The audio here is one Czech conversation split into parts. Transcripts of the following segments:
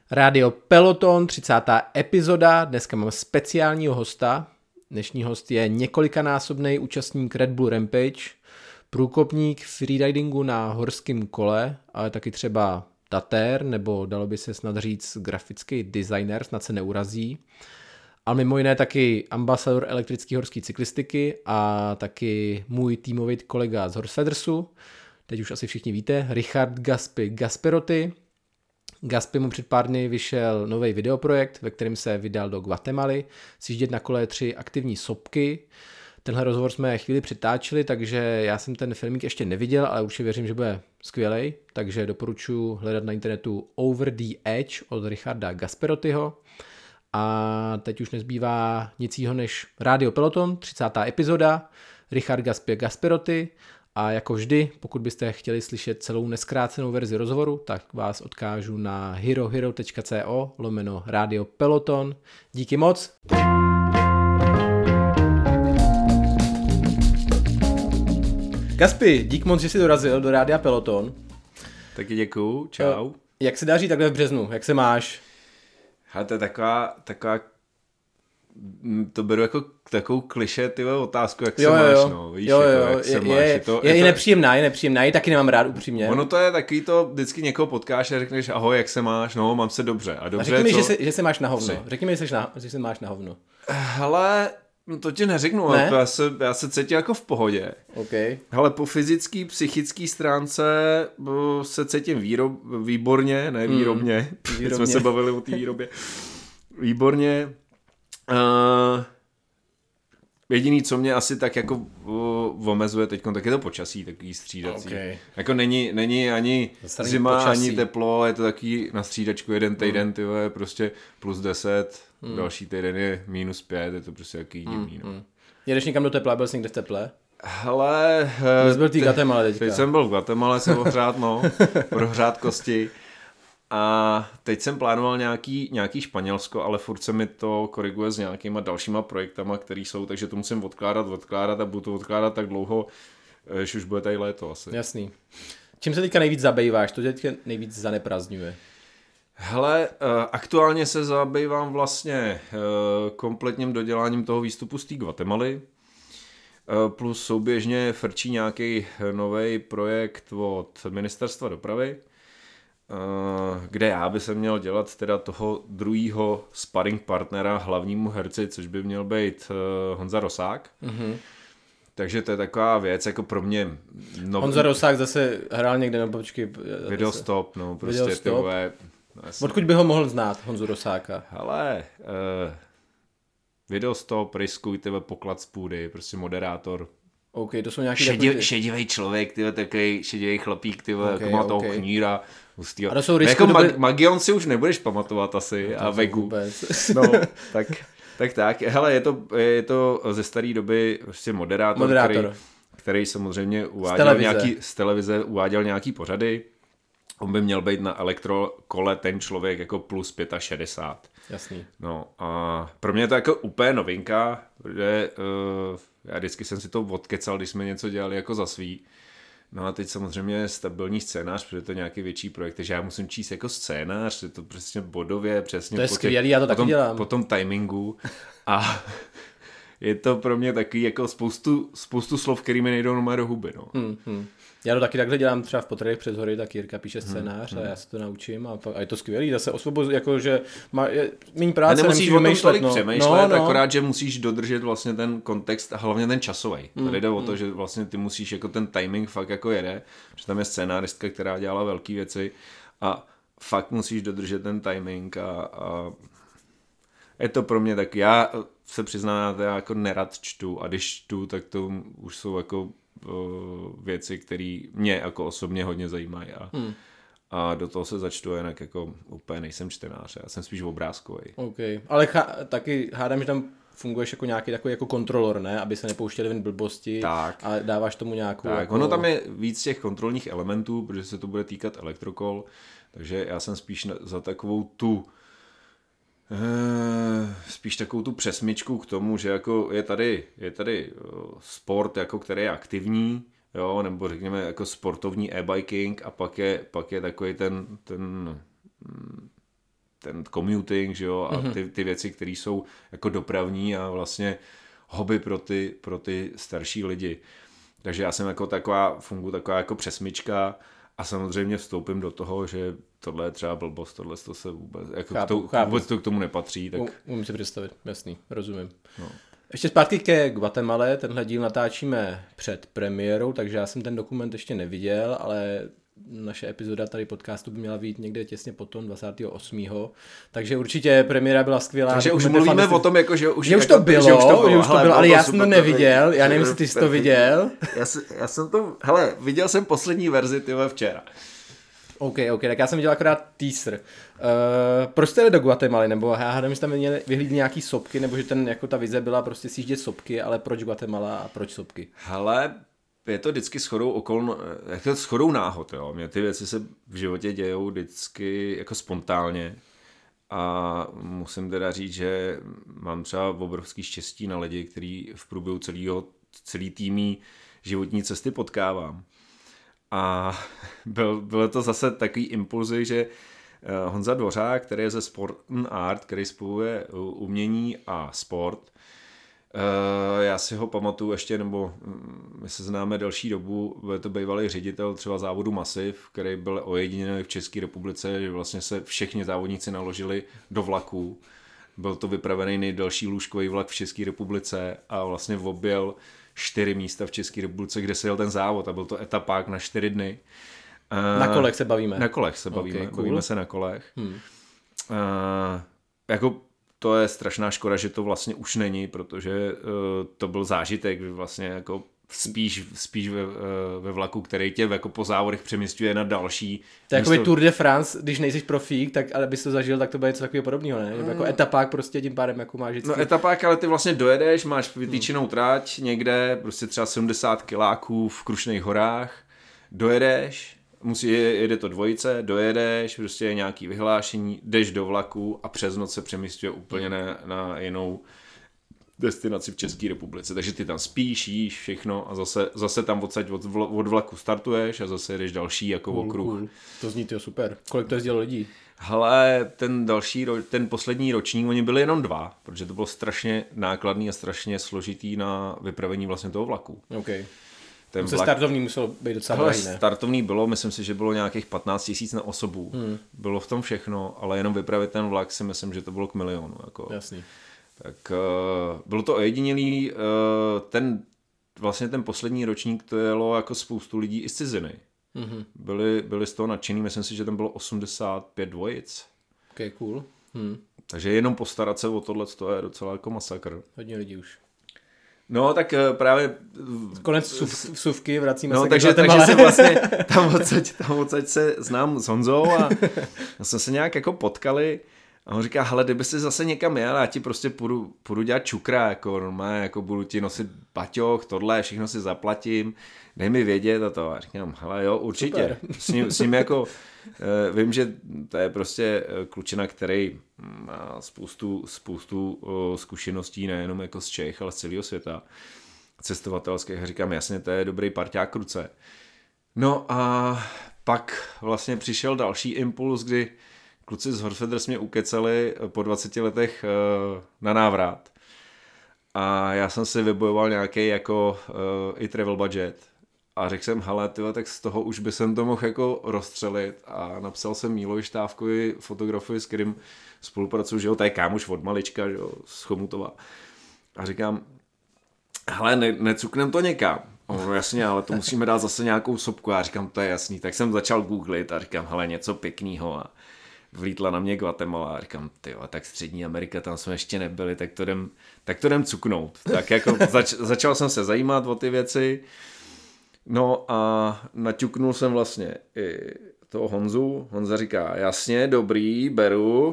Rádio Peloton, 30. epizoda, dneska mám speciálního hosta. Dnešní host je několikanásobný účastník Red Bull Rampage, průkopník freeridingu na horském kole, ale taky třeba tatér, nebo dalo by se snad říct grafický designer, snad se neurazí. Ale mimo jiné taky ambasador elektrické horské cyklistiky a taky můj týmový kolega z Horsefedersu. Teď už asi všichni víte, Richard Gasperotti. Gaspi mu před pár dny vyšel nový videoprojekt, ve kterém se vydal do Guatemaly sjíždět na kole 3 aktivní sopky. Tenhle rozhovor jsme chvíli přetáčeli, takže já jsem ten filmík ještě neviděl, ale určitě věřím, že bude skvělej, takže doporučuji hledat na internetu Over the Edge od Richarda Gasperottiho. A teď už nezbývá nic jiného než Rádio Peloton, 30. epizoda, Richard Gasperotti. A jako vždy, pokud byste chtěli slyšet celou neskrácenou verzi rozhovoru, tak vás odkážu na herohero.co/Radio Peloton. Díky moc. Gaspi, dík moc, že jsi dorazil do Rádia Peloton. Taky děkuju, čau. Jak se daří takhle v březnu? Jak se máš? Hele, to je taková to beru jako takovou klišé otázku, jak se máš, no, víš, jak se máš. Je nepříjemná, ji taky nemám rád upřímně. Ono to je takový to, vždycky někoho potkáš a řekneš, ahoj, jak se máš, no, mám se dobře. A dobře, řekni mi, že se máš na hovno. Řekni mi, že se máš na hovno. Hele, to ti neřeknu, ne? Ale já se cítím jako v pohodě. Okay. Hele, po fyzický, psychický stránce se cítím výborně, ne výrobně. Teď jsme se bavili o té výrobě. Výborně. Jediný, co mě asi tak jako omezuje teď, tak je to počasí, takový střídací. Okay. Jako není ani zima, počasí. Ani teplo, je to takový na střídačku jeden týden, prostě +10, další týden je -5, je to prostě jaký divný. No. Jedeš někam do tepla, byl jsi někde v teple? Hele, jsi byl v Guatemala teďka. Teď jsem byl v Guatemala, se ohřát, prohřát kosti. A teď jsem plánoval nějaký Španělsko, ale furt se mi to koriguje s nějakýma dalšíma projektama, které jsou, takže to musím odkládat a budu to odkládat tak dlouho, že už bude tady léto asi. Jasný. Čím se teďka nejvíc zabýváš? To tě teďka nejvíc zaneprazňuje? Hele, aktuálně se zabývám vlastně kompletním doděláním toho výstupu z té Guatemaly, plus souběžně frčí nějaký nový projekt od ministerstva dopravy, kde já by se měl dělat teda toho druhýho sparring partnera hlavnímu herci, což by měl být Honza Rosák. Mm-hmm. Takže to je taková věc jako pro mě... Honza Rosák zase hrál někde, no počkej... Videostop, no prostě Videostop. Odkud by ho mohl znát, Honzu Rosáka? Hele, Videostop, Riskuj, poklad z půdy, prostě moderátor. OK, to jsou nějaký šedivý člověk, takový šedivý chlapík, jako má toho kníra. Hustýho. A to jsou jako Magion si už nebudeš pamatovat asi, no, a Vegu. No, tak. Hele, je to ze staré doby prostě moderátor. Který samozřejmě z televize uváděl nějaký pořady. On by měl být na elektrokole ten člověk jako plus 65. Jasný. No a pro mě je to jako úplně novinka, protože já vždycky jsem si to odkecal, když jsme něco dělali jako za svý. No a teď samozřejmě je stabilní scénář, protože to je nějaký větší projekt, takže já musím číst jako scénář, je to přesně bodově, přesně to je skvělý, já to taky dělám. Po tom timingu a je to pro mě takový jako spoustu slov, který mi nejdou normálně do huby, no. Já to taky takhle dělám třeba v Potradech přes hory, tak Jirka píše scénář a já se to naučím a je to skvělý, zase jako že méně práce, nemusíš o tom tolik přemýšlet, akorát, že musíš dodržet vlastně ten kontext a hlavně ten časový. Tady jde o to, že vlastně ty musíš jako ten timing fakt jako jede, že tam je scénáristka, která dělala velké věci a fakt musíš dodržet ten timing a je to pro mě tak, já se přiznám, já jako nerad čtu a když čtu, tak to už jsou jako věci, které mě jako osobně hodně zajímají a do toho se začtu, jinak jako úplně nejsem čtenář, já jsem spíš obrázkový. OK, ale taky hádám, že tam funguješ jako nějaký takový jako kontrolor, ne? Aby se nepouštěli ven blbosti tak. A dáváš tomu nějakou... Tak, jako... ono tam je víc těch kontrolních elementů, protože se to bude týkat elektrokol, takže já jsem spíš za takovou spíš takovou tu přesmičku k tomu, že jako je tady sport, jako který je aktivní, jo, nebo řekněme jako sportovní e-biking a pak je takový ten ten commuting, že jo, a ty věci, které jsou jako dopravní a vlastně hobby pro ty starší lidi. Takže já jsem jako funguji taková jako přesmička a samozřejmě vstoupím do toho, že tohle je třeba blbost, tohle to se vůbec, jako vůbec to k tomu nepatří. Tak... Umím si představit, jasný, rozumím. No. Ještě zpátky ke Guatemale, tenhle díl natáčíme před premiérou, takže já jsem ten dokument ještě neviděl, ale naše epizoda tady podcastu by měla být někde těsně potom, 28. Takže určitě premiéra byla skvělá. Takže už mluvíme o tom, jako, že už to bylo, ale já jsem to neviděl, já nevím, jestli ty jsi to viděl. Já jsem to, viděl jsem poslední verzi, včera. OK, tak já jsem viděl akorát teaser. Proč jste jeli do Guatemaly, nebo já hádám, že tam vyhlídli nějaký sopky, nebo že jako ta vize byla prostě sjíždět sopky, ale proč Guatemala a proč sopky? Hele, je to vždycky shodou náhod, jo. Mně ty věci se v životě dějou vždycky jako spontánně a musím teda říct, že mám třeba obrovský štěstí na lidi, který v průběhu celý týmí životní cesty potkávám. A bylo to zase takový impulzy, že Honza Dvořák, který je ze Sport and Art, který spojuje umění a sport, já si ho pamatuju ještě, nebo my se známe delší dobu, byl to bývalý ředitel třeba závodu Masiv, který byl ojedinělý v České republice, že vlastně se všichni závodníci naložili do vlaků. Byl to vypravený nejdelší lůžkový vlak v České republice a vlastně objel 4 místa v České republice, kde se jel ten závod a byl to etapák na 4 dny. Na kolech se bavíme. Na kolech se bavíme, okay, cool. Bavíme se na kolech. Jako to je strašná škoda, že to vlastně už není, protože to byl zážitek, že vlastně jako spíš ve vlaku, který tě jako po závodech přemísťuje na další. To je jako Tour de France, když nejsi profík, tak ale bys to zažil, tak to bude něco takového podobného, ne? Jako etapák prostě tím pádem jako máš vždycky. No etapák, ale ty vlastně dojedeš, máš vytýčenou trať někde, prostě třeba 70 kiláků v Krušných horách, dojedeš, jede to dvojice, dojedeš, prostě je nějaký vyhlášení, jdeš do vlaku a přes noc se přemísťuje úplně na jinou destinaci v České republice. Takže ty tam spíš, jíš všechno a zase tam od vlaku startuješ a zase jedeš další jako okruh. Cool. To zní to super. Kolik to jezdilo lidí? Hele, ten poslední ročník, oni byli jenom 2, protože to bylo strašně nákladný a strašně složitý na vypravení vlastně toho vlaku. Okay. Ten vlak... startovný muselo být docela drahý, ne? Startovný bylo, myslím si, že bylo nějakých 15 000 na osobu. Bylo v tom všechno, ale jenom vypravit ten vlak si myslím, že to bylo k milionu. Jako. Jasný. Tak bylo to ojedinělý, vlastně ten poslední ročník to jelo jako spoustu lidí i z ciziny. Byli z toho nadšený, myslím si, že tam bylo 85 dvojic. Ok, cool. Takže jenom postarat se o tohle, to je docela jako masakr. Hodně lidí už. No, tak právě... Konec vsuvky, vracíme se takže se vlastně tam odsaď se znám s Honzou a jsme se nějak jako potkali a on říká, hele, kdyby si zase někam jel, já ti prostě půjdu dělat čukra, jako normálně, jako budu ti nosit baťoch, tohle, všechno si zaplatím, dej mi vědět a to. A říkám, hele, jo, určitě. S ním jako, vím, že to je prostě klučina, který má spoustu zkušeností, nejenom jako z Čech, ale z celého světa, cestovatelských. A říkám, jasně, to je dobrý parťák ruce. No a pak vlastně přišel další impuls, kdy kluci z Horfeders mě ukecali po 20 letech na návrat. A já jsem si vybojoval nějaký jako i travel budget. A řekl jsem, hele, tyhle, tak z toho už by jsem to mohl jako rozstřelit. A napsal jsem Mílovi Štávkovi, fotografovi, s kterým spolupracuju, že jo, to je kámoš od malička, že jo, z Chomutova. A říkám, hele, necuknem to někam. No jasně, ale to musíme dát zase nějakou sopku. A já říkám, to je jasný. Tak jsem začal googlit a říkám, hele, něco pěknýho. A vlítla na mě Guatemala a říkám, tyjo, tak Střední Amerika, tam jsme ještě nebyli, tak to jdem cuknout. Tak jako začal jsem se zajímat o ty věci, no a naťuknul jsem vlastně i toho Honzu. Honza říká, jasně, dobrý, beru.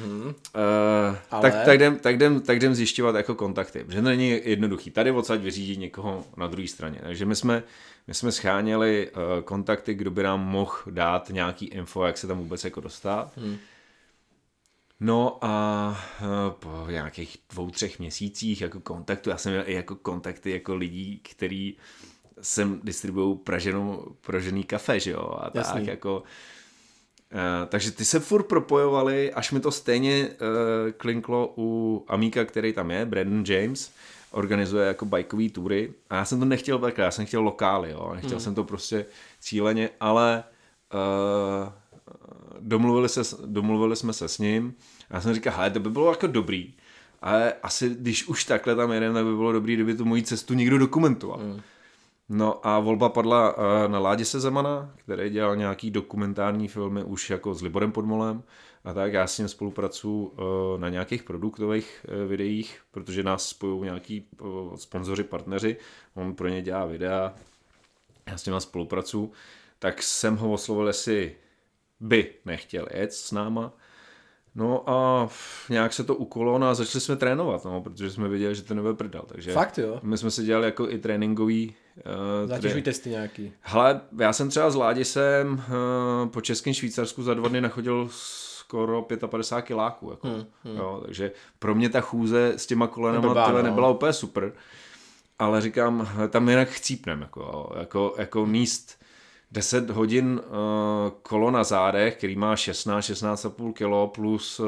Tak jdem zjišťovat jako kontakty, protože to není jednoduchý. Tady odsaď vyřídit někoho na druhé straně. Takže my jsme scháněli kontakty, kdo by nám mohl dát nějaký info, jak se tam vůbec jako dostat. No a po nějakých 2-3 měsících jako kontaktu, já jsem měl i jako kontakty jako lidí, který sem distribuují pražený kafe, že jo, a tak jako Takže ty se furt propojovali, až mi to stejně klinklo u Amíka, který tam je, Brandon James, organizuje jako bajkový tury a já jsem to nechtěl takhle, já jsem chtěl lokály, jo, nechtěl jsem to prostě cíleně, ale domluvili jsme se s ním a já jsem říkal, hele, to by bylo jako dobrý, ale asi když už takhle tam jedem, tak by bylo dobrý, kdyby tu moji cestu někdo dokumentoval. No a volba padla na Ládě Sezemana, který dělal nějaký dokumentární filmy už jako s Liborem Podmolem a tak já s ním spolupracuji na nějakých produktových videích, protože nás spojují nějaký sponzoři, partneři, on pro ně dělá videa, já s nima spolupracuji, tak jsem ho oslovil, jestli by nechtěl jet s náma. No a nějak se to ukolo a začali jsme trénovat, no, protože jsme věděli, že to nebude prdel. Takže fakt jo? My jsme si dělali jako i tréninkový zátěžový testy nějaký. Hele, já jsem třeba s Ládisem po Českém Švýcarsku za 2 dny nachodil skoro 55 kiláků. Jako. Jo, takže pro mě ta chůze s těma kolenama nebyla úplně super. Ale říkám, tam jinak chcípnem. Jako míst 10 hodin kolo na zádech, který má 16,5 kg plus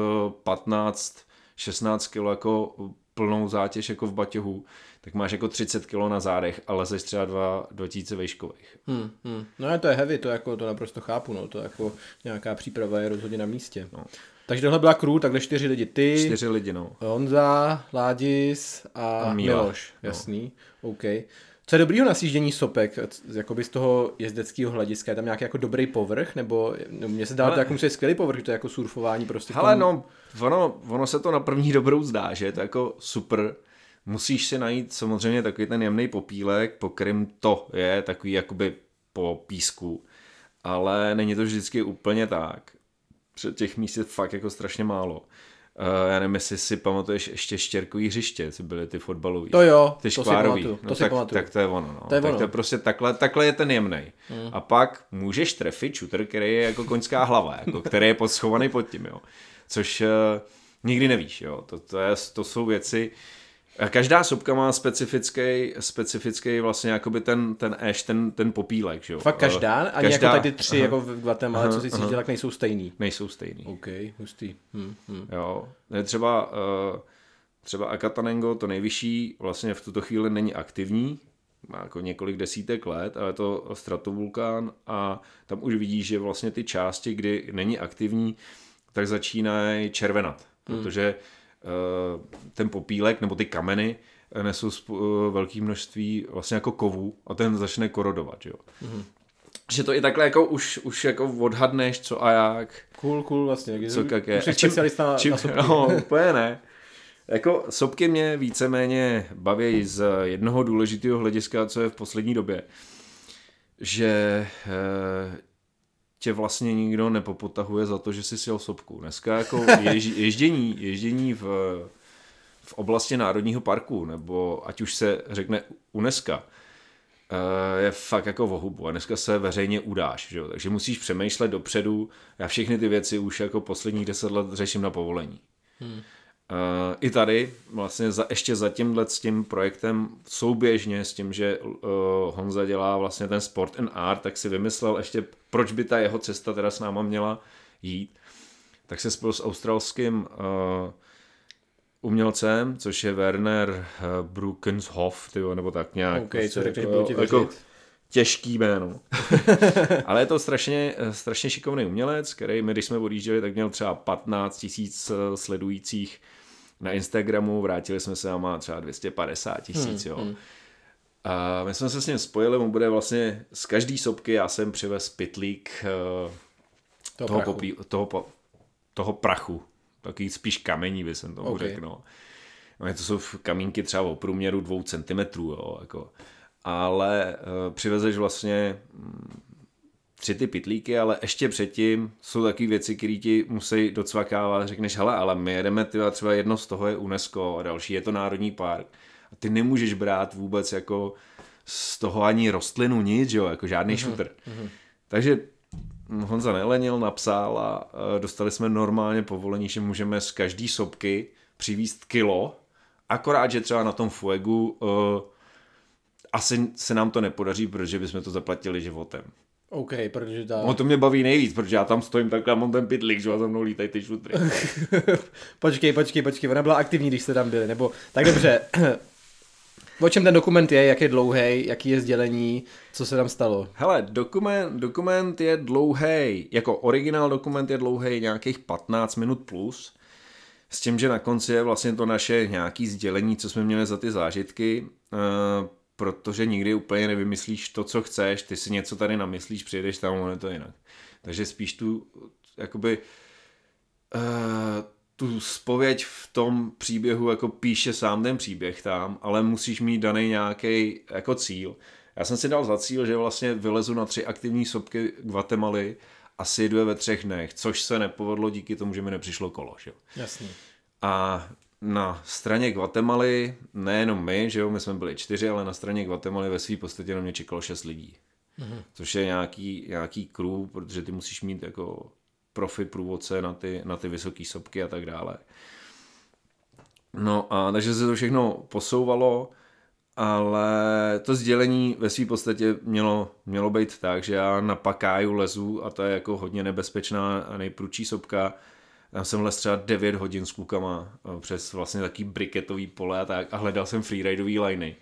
16 kg jako plnou zátěž jako v baťohu, tak máš jako 30 kg na zádech a lezeš třeba 2000 vejškových. No to je heavy, to naprosto chápu, no, to jako nějaká příprava je rozhodně na místě. No. Takže tohle byla crew, takhle 4 lidi, ty, 4 lidi, no. Honza, Ládis a Miloš, jasný, no. OK. Co je dobrýho na sjíždění sopek, jakoby z toho jezdeckého hlediska, je tam nějaký jako dobrý povrch, nebo mně se dá to jako skvělý povrch, to je jako surfování prostě. Hele, no, ono se to na první dobrou zdá, že je to jako super, musíš si najít samozřejmě takový ten jemný popílek, po kterým to je takový jakoby po písku, ale není to vždycky úplně tak. Před těch míst je fakt jako strašně málo. Já nevím, jestli si pamatuješ ještě Štěrkový hřiště, co byly ty fotbalový. To jo, ty škvárový. To si pamatuju. Tak to je ono. No. Tak to je prostě takhle je ten jemnej. A pak můžeš trefit šuter, který je jako koňská hlava, jako, který je schovaný pod tím, jo. Což nikdy nevíš, jo. To jsou věci. Každá sopka má specifický vlastně jakoby ten eš, ten popílek, že jo. Fakt každá? Ani jako tady 3 jako v Guatemala, co si cítil, tak nejsou stejný? Nejsou stejný. OK, hustý. Jo, třeba Acatanengo, to nejvyšší, vlastně v tuto chvíli není aktivní, má jako několik desítek let, ale je to stratovulkán a tam už vidíš, že vlastně ty části, kdy není aktivní, tak začínají červenat, protože ten popílek nebo ty kameny nesou velké množství vlastně jako kovů a ten začne korodovat, jo. Že to i takhle jako už jako odhadneš co a jak. Cool vlastně. Co jak je. Už jsi specialista na sopky. No, úplně ne. Jako sopky mě víceméně baví z jednoho důležitého hlediska, co je v poslední době, že tě vlastně nikdo nepopotahuje za to, že jsi sjel sopku. Dneska jako ježdění v oblasti národního parku, nebo ať už se řekne UNESCO, je fakt jako v hubu a dneska se veřejně udáš, že jo? Takže musíš přemýšlet dopředu. Já všechny ty věci už jako posledních 10 let řeším na povolení. I tady vlastně ještě za s tím projektem souběžně s tím, že Honza dělá vlastně ten sport and art, tak si vymyslel ještě, proč by ta jeho cesta teda s náma měla jít. Tak se spolu s australským umělcem, což je Werner Bruckenshoff, nebo tak nějak. Okay, co řekneš, budu ti věřit. Těžký jméno. Ale je to strašně šikovný umělec, který my, když jsme odjížděli, tak měl třeba 15 000 sledujících na Instagramu, vrátili jsme se a má třeba 250 000, jo. A my jsme se s ním spojili, on bude vlastně z každý sopky, já jsem přivez pytlík toho prachu. Taky spíš kamení, by jsem tomu řekl. No. To jsou kamínky třeba o průměru 2 centimetrů, jo, jako. Ale přivezeš vlastně 3 ty pytlíky, ale ještě předtím jsou taky věci, které ti musí docvakávat. Řekneš, hele, ale my jedeme, třeba jedno z toho je UNESCO a další je to Národní park. A ty nemůžeš brát vůbec jako z toho ani rostlinu nic, jo, jako žádný šutr. Takže Honza nelenil, napsal a dostali jsme normálně povolení, že můžeme z každý sopky přivízt kilo, akorát, že třeba na tom fuegu asi se nám to nepodaří, protože bychom to zaplatili životem. OK, protože ta... No to mě baví nejvíc, protože já tam stojím takhle a mám ten pytlík, že a za mnou lítají ty šutry. Počkej, ona byla aktivní, když jste tam byli, nebo... Tak dobře, o čem ten dokument je, jak je dlouhý, jaký je sdělení, co se tam stalo? Hele, dokument je dlouhý, jako originál dokument je dlouhý nějakých 15 minut plus, s tím, že na konci je vlastně to naše nějaký sdělení, co jsme měli za ty zážitky, protože nikdy úplně nevymyslíš to, co chceš, ty si něco tady namyslíš, přijedeš tam, ono je to jinak. Takže spíš tu, jakoby, tu zpověď v tom příběhu jako píše sám ten příběh tam, ale musíš mít daný nějaký jako cíl. Já jsem si dal za cíl, že vlastně vylezu na 3 aktivní sopky Guatemaly a sjedu je ve 3 dnech, což se nepovedlo díky tomu, že mi nepřišlo kolo. Že? Jasný. A na straně Guatemaly, nejenom my, že jo, my jsme byli 4, ale na straně Guatemaly ve své podstatě na mě čekalo 6 lidí. Což je nějaký crew, protože ty musíš mít jako profi průvodce na ty vysoké sopky a tak dále. No a takže se to všechno posouvalo, ale to sdělení ve své podstatě mělo být tak, že já na Pacáju lezu a to je jako hodně nebezpečná a nejprudší sopka. Tam jsem les třeba 9 hodin s klukama přes vlastně taký briketový pole a tak a hledal jsem freeridový liney.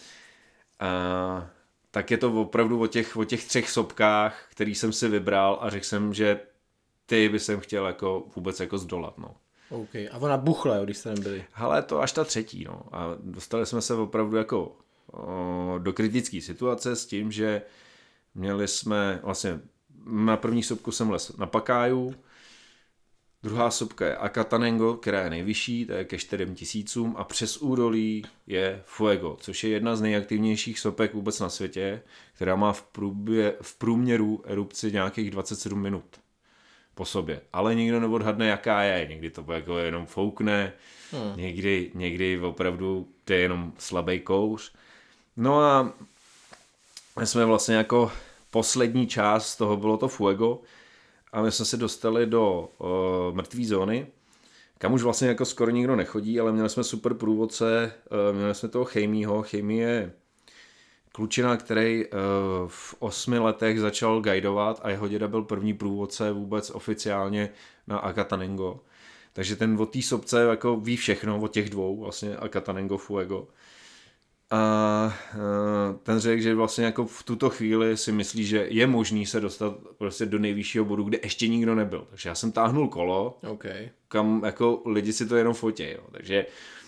Tak je to opravdu o těch 3 sopkách, který jsem si vybral a řekl jsem, že ty by jsem chtěl jako vůbec jako zdolat, no. OK. A ona buchla, jo, když jste tam byli. Hele, to až ta 3, no. A dostali jsme se opravdu jako do kritické situace s tím, že měli jsme vlastně na první sopku jsem les na Pacáju, druhá sopka je Acatanango, která je nejvyšší, to je ke 4000 a přes údolí je Fuego, což je jedna z nejaktivnějších sopek vůbec na světě, která má v průměru erupci nějakých 27 minut po sobě. Ale nikdo neodhadne, jaká je. Někdy to jako jenom foukne, někdy opravdu to je jenom slabý kouř. No a my jsme vlastně jako poslední část toho bylo to Fuego a my jsme se dostali do mrtvé zóny, kam už vlastně jako skoro nikdo nechodí, ale měli jsme super průvodce, měli jsme toho Chejmího. Chejmí je klučina, který v 8 letech začal guidovat a jeho děda byl první průvodce vůbec oficiálně na Acatanango. Takže ten o té sopce jako ví všechno o těch 2, vlastně Acatanango, Fuego. A ten řekl, že vlastně jako v tuto chvíli si myslí, že je možný se dostat prostě do nejvyššího bodu, kde ještě nikdo nebyl. Takže já jsem táhnul kolo, kam jako lidi si to jenom fotí. Jo. Takže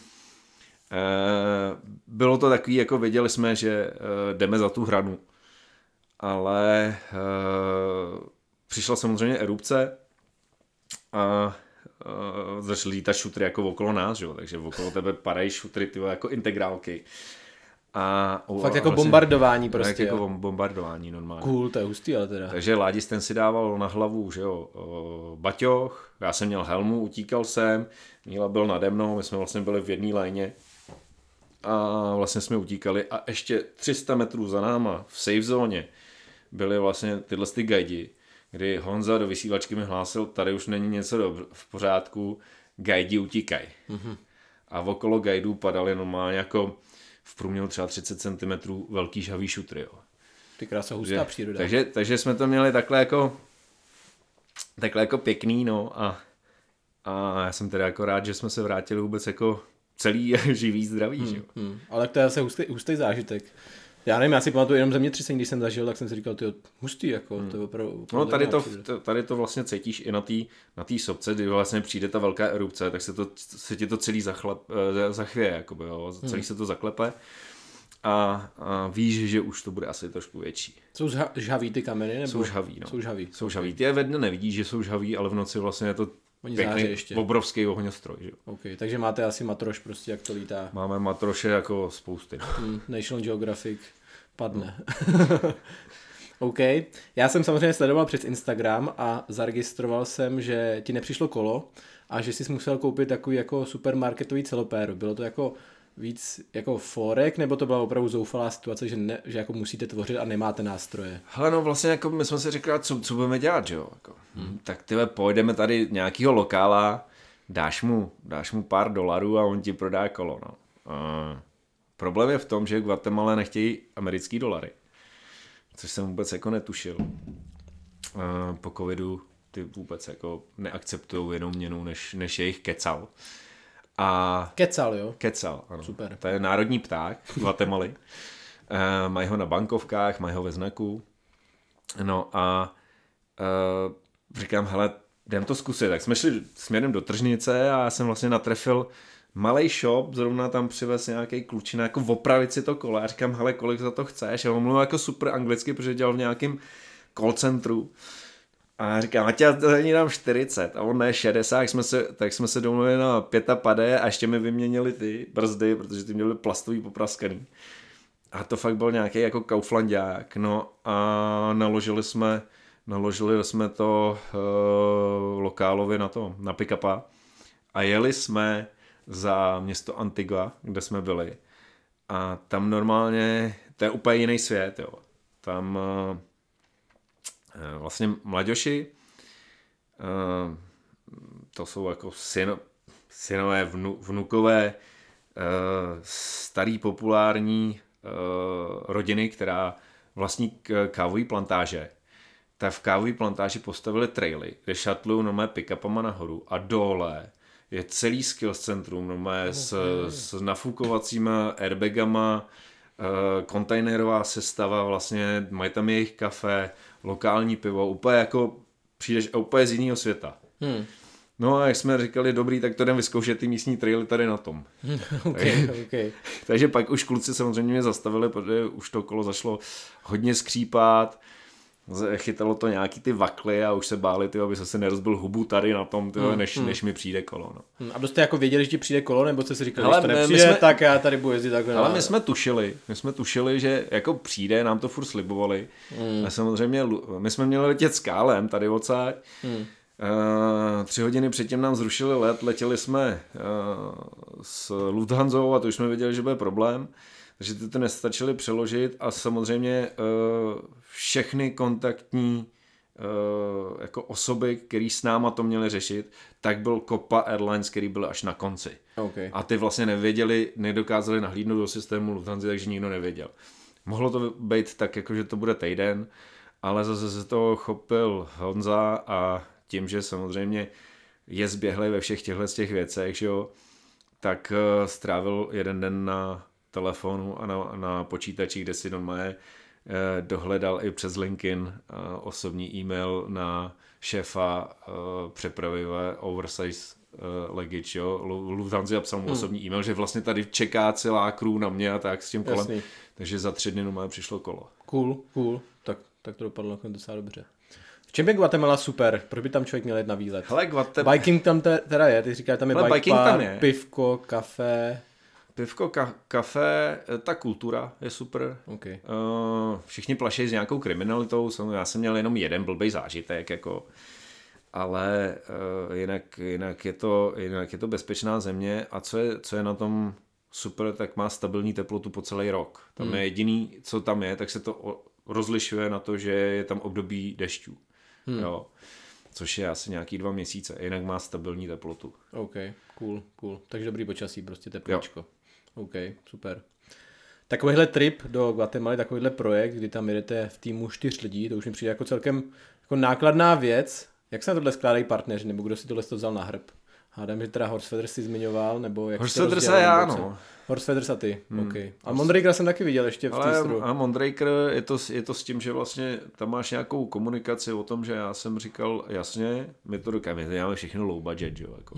bylo to takový, jako věděli jsme, že jdeme za tu hranu. Ale přišla samozřejmě erupce a začaly lítat šutry jako okolo nás, že? Takže okolo tebe padají šutry tyvo, jako integrálky. Fakt jako vlastně, bombardování prostě. Jako bombardování normálně. Cool, to je hustý, ale teda. Takže Ládis ten si dával na hlavu, že jo, baťoch, já jsem měl helmu, utíkal jsem, Míla byl nade mnou, my jsme vlastně byli v jedné lajně a vlastně jsme utíkali a ještě 300 metrů za náma v safe zóně byly vlastně tyhle ty guidi, kdy Honza do vysílačky mi hlásil, tady už není něco v pořádku, guidi utíkají. A okolo guidů padaly normálně jako v průměru třeba 30 cm velký žhavý šutry. Jo. Ty krása hustá příroda. Takže jsme to měli takhle jako pěkný, no a já jsem teda jako rád, že jsme se vrátili vůbec jako celý živý, zdravý. Že jo. Ale to je asi hustý zážitek. Já nevím, já si pamatuju jenom zemětřesení, když jsem zažil, tak jsem si říkal, tyjo, hustý, jako, to je opravdu... No tady to vlastně cítíš i na té sopce, kdy vlastně přijde ta velká erupce, tak se ti to celý zachvěje, jakoby, jo, celý se to zaklepe a víš, že už to bude asi trošku větší. Jsou žhaví ty kameny? Nebo? Jsou žhaví, no. Jsou žhaví. Ty je ve dne nevidíš, že jsou žhaví, ale v noci vlastně je to pěkný, obrovský ohňostroj. Že? Okay, takže máte asi matroš prostě, jak to lítá. Máme matroše jako spousty. National Geographic padne. OK. Já jsem samozřejmě sledoval přes Instagram a zaregistroval jsem, že ti nepřišlo kolo a že jsi musel koupit takový jako supermarketový celopéru. Bylo to jako víc jako forek, nebo to byla opravdu zoufalá situace, že jako musíte tvořit a nemáte nástroje? Hele, no vlastně jako my jsme si říkali, co budeme dělat, že jo? Jako, tak tyhle pojedeme tady nějakýho lokála, dáš mu pár dolarů a on ti prodá kolo, no. Problém je v tom, že v Guatemala nechtějí americký dolary. což jsem vůbec jako netušil. Po covidu ty vůbec jako neakceptujou jinou měnu, než jejich kecal. Kecal, jo? Kecal, ano. Super. To je národní pták Guatemaly. Mají ho na bankovkách, mají ho ve znaku. No a říkám, hele, jdem to zkusit. Tak jsme šli směrem do tržnice a já jsem vlastně natrefil malej shop, zrovna tam přivez nějaký klučina, jako opravit si to kolo. Já říkám, hele, kolik za to chceš? A on mluvil jako super anglicky, protože dělal v nějakém call centru. A já říkám, ať já za ní dám 40 a on ne 60, tak jsme se domluvili na 55 a ještě mi vyměnili ty brzdy, protože ty měly plastový popraskaný. A to fakt byl nějaký jako kauflandák. No a naložili jsme to lokálově na pick-upa a jeli jsme za město Antigua, kde jsme byli. A tam normálně, to je úplně jiný svět, jo. Tam vlastně mladěši, to jsou jako synové, vnukové, starý populární rodiny, která vlastní kávový plantáže. Tak v kávové plantáži postavili traily, kde šatlují normálně pick-upama nahoru a dole je celý skills centrum normálně s nafukovacíma airbagama, kontejnerová sestava, vlastně mají tam jejich kafe, lokální pivo, úplně jako přijdeš úplně z jiného světa. No a jak jsme říkali, dobrý, tak to jdem vyzkoušet ty místní traily tady na tom. Okay. Takže pak už kluci samozřejmě mě zastavili, protože už to kolo zašlo hodně skřípat, chytalo to nějaký ty vakly a už se báli, aby se nerozbil hubu tady na tom, než mi přijde kolo. No. A dost jako věděli, že ti přijde kolo, nebo jste si říkali, že to nepřijde, tak já tady budu jezdit takhle. Ale my jsme tušili, že jako přijde, nám to furt slibovali. A samozřejmě my jsme měli letět s Kálem tady odsaď. 3 hodiny předtím nám zrušili let, letěli jsme s Lufthansou a to už jsme věděli, že bude problém. Takže ty to nestačili přeložit a samozřejmě všechny kontaktní jako osoby, který s náma to měli řešit, tak byl Copa Airlines, který byl až na konci. Okay. A ty vlastně nedokázali nahlídnout do systému Lufthansa, takže nikdo nevěděl. Mohlo to být tak, jako že to bude týden, ale zase se toho chopil Honza a tím, že samozřejmě je zběhlej ve všech těchto věcech, že jo, tak strávil jeden den na telefonu a na počítači, kde si normálně dohledal i přes LinkedIn osobní e-mail na šéfa přepravy oversize luggage, jo. Lufthansa psal mu osobní e-mail, že vlastně tady čeká celá crew na mě a tak s tím kolem. Jasný. Takže za 3 dny normálně přišlo kolo. Cool. Tak to dopadlo docela dobře. V čem je Guatemala super? Proč by tam člověk měl jít na výlet? Hele, Biking tam teda je, ty říkáš, tam je bike park, pivko, kafe. Pivko, kafe, ta kultura je super. Okay. Všichni plašejí s nějakou kriminalitou, já jsem měl jenom jeden blbej zážitek, jako, ale jinak je to bezpečná země a co je na tom super, tak má stabilní teplotu po celý rok. Tam je jediný, co tam je, tak se to rozlišuje na to, že je tam období dešťů. Jo. Což je asi nějaký 2 měsíce, jinak má stabilní teplotu. OK, cool. Takže dobrý počasí, prostě teplíčko. OK, super. Takovýhle trip do Guatemaly, takovýhle projekt, kdy tam jedete v týmu 4 lidí, to už mi přijde jako celkem jako nákladná věc. Jak se na tohle skládají partneři, nebo kdo si tohle zdal na hrb? Hádám, že teda Horsfeder si zmiňoval, nebo jak Horsfeder se já, no. Horsfeder a ty, OK. A Mondraker jsem taky viděl ještě v teaseru. A Mondraker je to s tím, že vlastně tam máš nějakou komunikaci o tom, že já jsem říkal, jasně, my to děláme všechno low budget, jo, jako.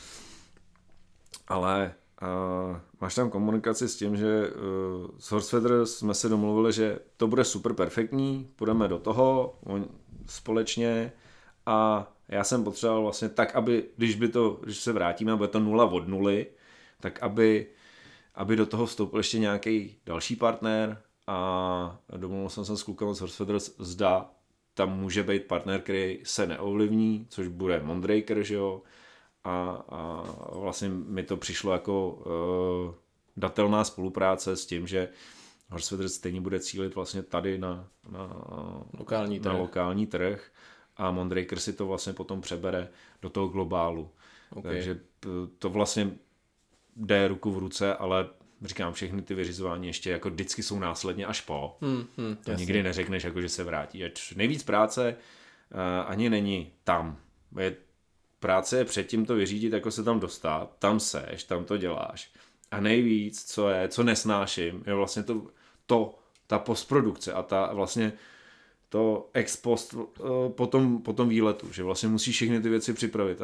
Ale máš tam komunikaci s tím, že s Horsfeder jsme se domluvili, že to bude super perfektní, půjdeme do toho společně a já jsem potřeboval vlastně tak, aby, když se vrátíme a bude to 0 od 0, tak aby do toho vstoupil ještě nějaký další partner a domluvil jsem se s klukem z Horsfeder, zda tam může být partner, který se neovlivní, což bude Mondraker, že jo, a vlastně mi to přišlo jako datelná spolupráce s tím, že Horsfeder stejně bude cílit vlastně tady na lokální trh a Mondraker si to vlastně potom přebere do toho globálu. Okay. Takže to vlastně jde ruku v ruce, ale říkám, všechny ty vyřizování ještě jako vždycky jsou následně až po. To nikdy neřekneš, jako, že se vrátí. Nejvíc práce ani není tam. Práce je předtím to vyřídit, jako se tam dostat, tam seš, tam to děláš. A nejvíc, co nesnáším, je vlastně ta postprodukce a ta vlastně to ex post po tom výletu, že vlastně musíš všechny ty věci připravit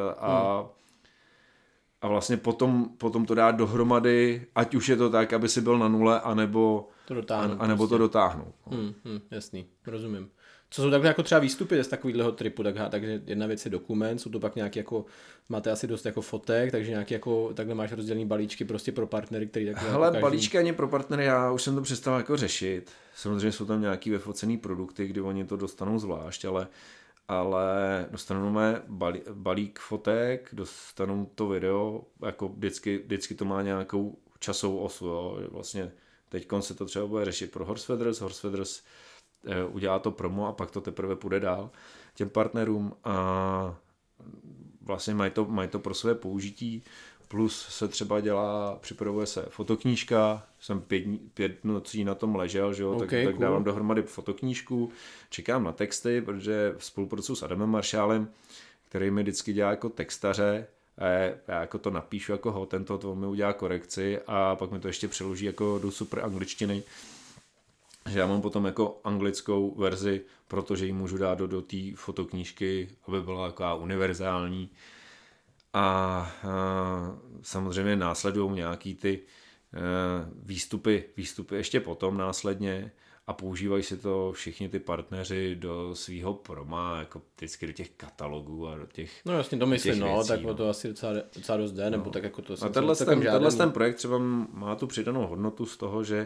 a vlastně potom to dát dohromady, ať už je to tak, aby si byl na nule, anebo to dotáhnout. Jasný, rozumím. Co jsou takhle jako třeba výstupy z takovýhleho tripu, takže jedna věc je dokument, jsou to pak nějaký jako, máte asi dost jako fotek, takže nějaký jako, takhle máš rozdělený balíčky prostě pro partnery, který takhle... Hele, jako balíčky ani pro partnery, já už jsem to přestal jako řešit. Samozřejmě jsou tam nějaký vyfocený produkty, kdy oni to dostanou zvlášť, ale dostanou balík fotek, dostanou to video, jako vždycky to má nějakou časovou osu, jo. Vlastně teďkon se to třeba bude řešit pro Horsefeathers udělá to promo a pak to teprve půjde dál těm partnerům a vlastně mají to pro své použití, plus se třeba připravuje se fotoknížka, jsem 5 nocí na tom ležel, že jo, tak cool. Dávám dohromady fotoknížku, čekám na texty, protože spolupracuji s Adamem Marshallem, který mi vždycky dělá jako textaře, a já jako to napíšu jako to mi udělá korekci a pak mi to ještě přeloží jako do super angličtiny. Že já mám potom jako anglickou verzi, protože ji můžu dát do té fotoknížky, aby byla taková univerzální. A samozřejmě následují nějaký ty výstupy ještě potom následně a používají si to všichni ty partneři do svýho proma, jako vždycky do těch katalogů a do těch no jasně, to myslím, věcí, tak to asi docela dost jde, nebo tak jako to... A tenhle ten projekt třeba má tu přidanou hodnotu z toho, že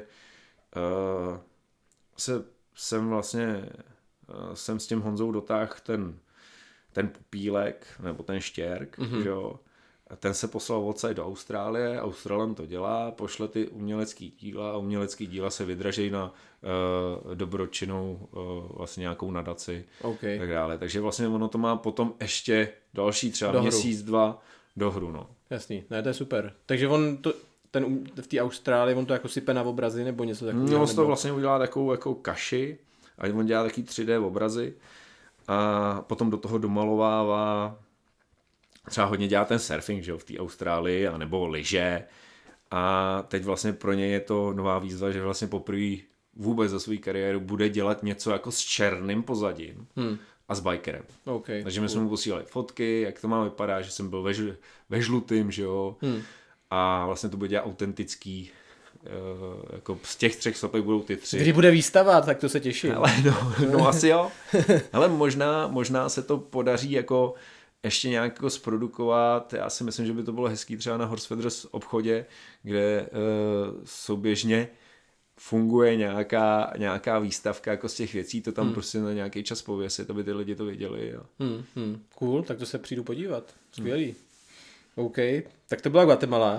jsem s tím Honzou dotáhl ten popílek, nebo ten štěrk, že jo. A ten se poslal odsud do Austrálie, Australan to dělá, pošle ty umělecký díla a umělecký díla se vydražejí na dobročinnou vlastně nějakou nadaci tak dále. Takže vlastně ono to má potom ještě další třeba měsíc, 2 do hru, no. Jasný, ne, to je super. Takže on to v té Austrálii, on to jako sype na obrazy nebo něco takového? On to vlastně udělá takovou jako kaši a on dělá taky 3D obrazy a potom do toho domalovává, třeba hodně dělá ten surfing, že jo, v té Austrálii, anebo lyže a teď vlastně pro něj je to nová výzva, že vlastně poprvé vůbec za svou kariéru bude dělat něco jako s černým pozadím a s bikerem. Takže my jsme mu posílali fotky, jak to má vypadá, že jsem byl ve žlutým, že jo, a vlastně to bude dělat autentický, jako z těch 3 sopek budou ty 3. Kdy bude výstava, tak to se těším. Ale no asi jo. Ale možná se to podaří jako ještě nějak jako zprodukovat. Já si myslím, že by to bylo hezký třeba na Horsefeathers obchodě, kde souběžně funguje nějaká výstavka jako z těch věcí, to tam prostě na nějaký čas pověsit, aby ty lidi to věděli. Jo. Cool, tak to se přijdu podívat. Skvělý. OK, tak to byla Guatemala.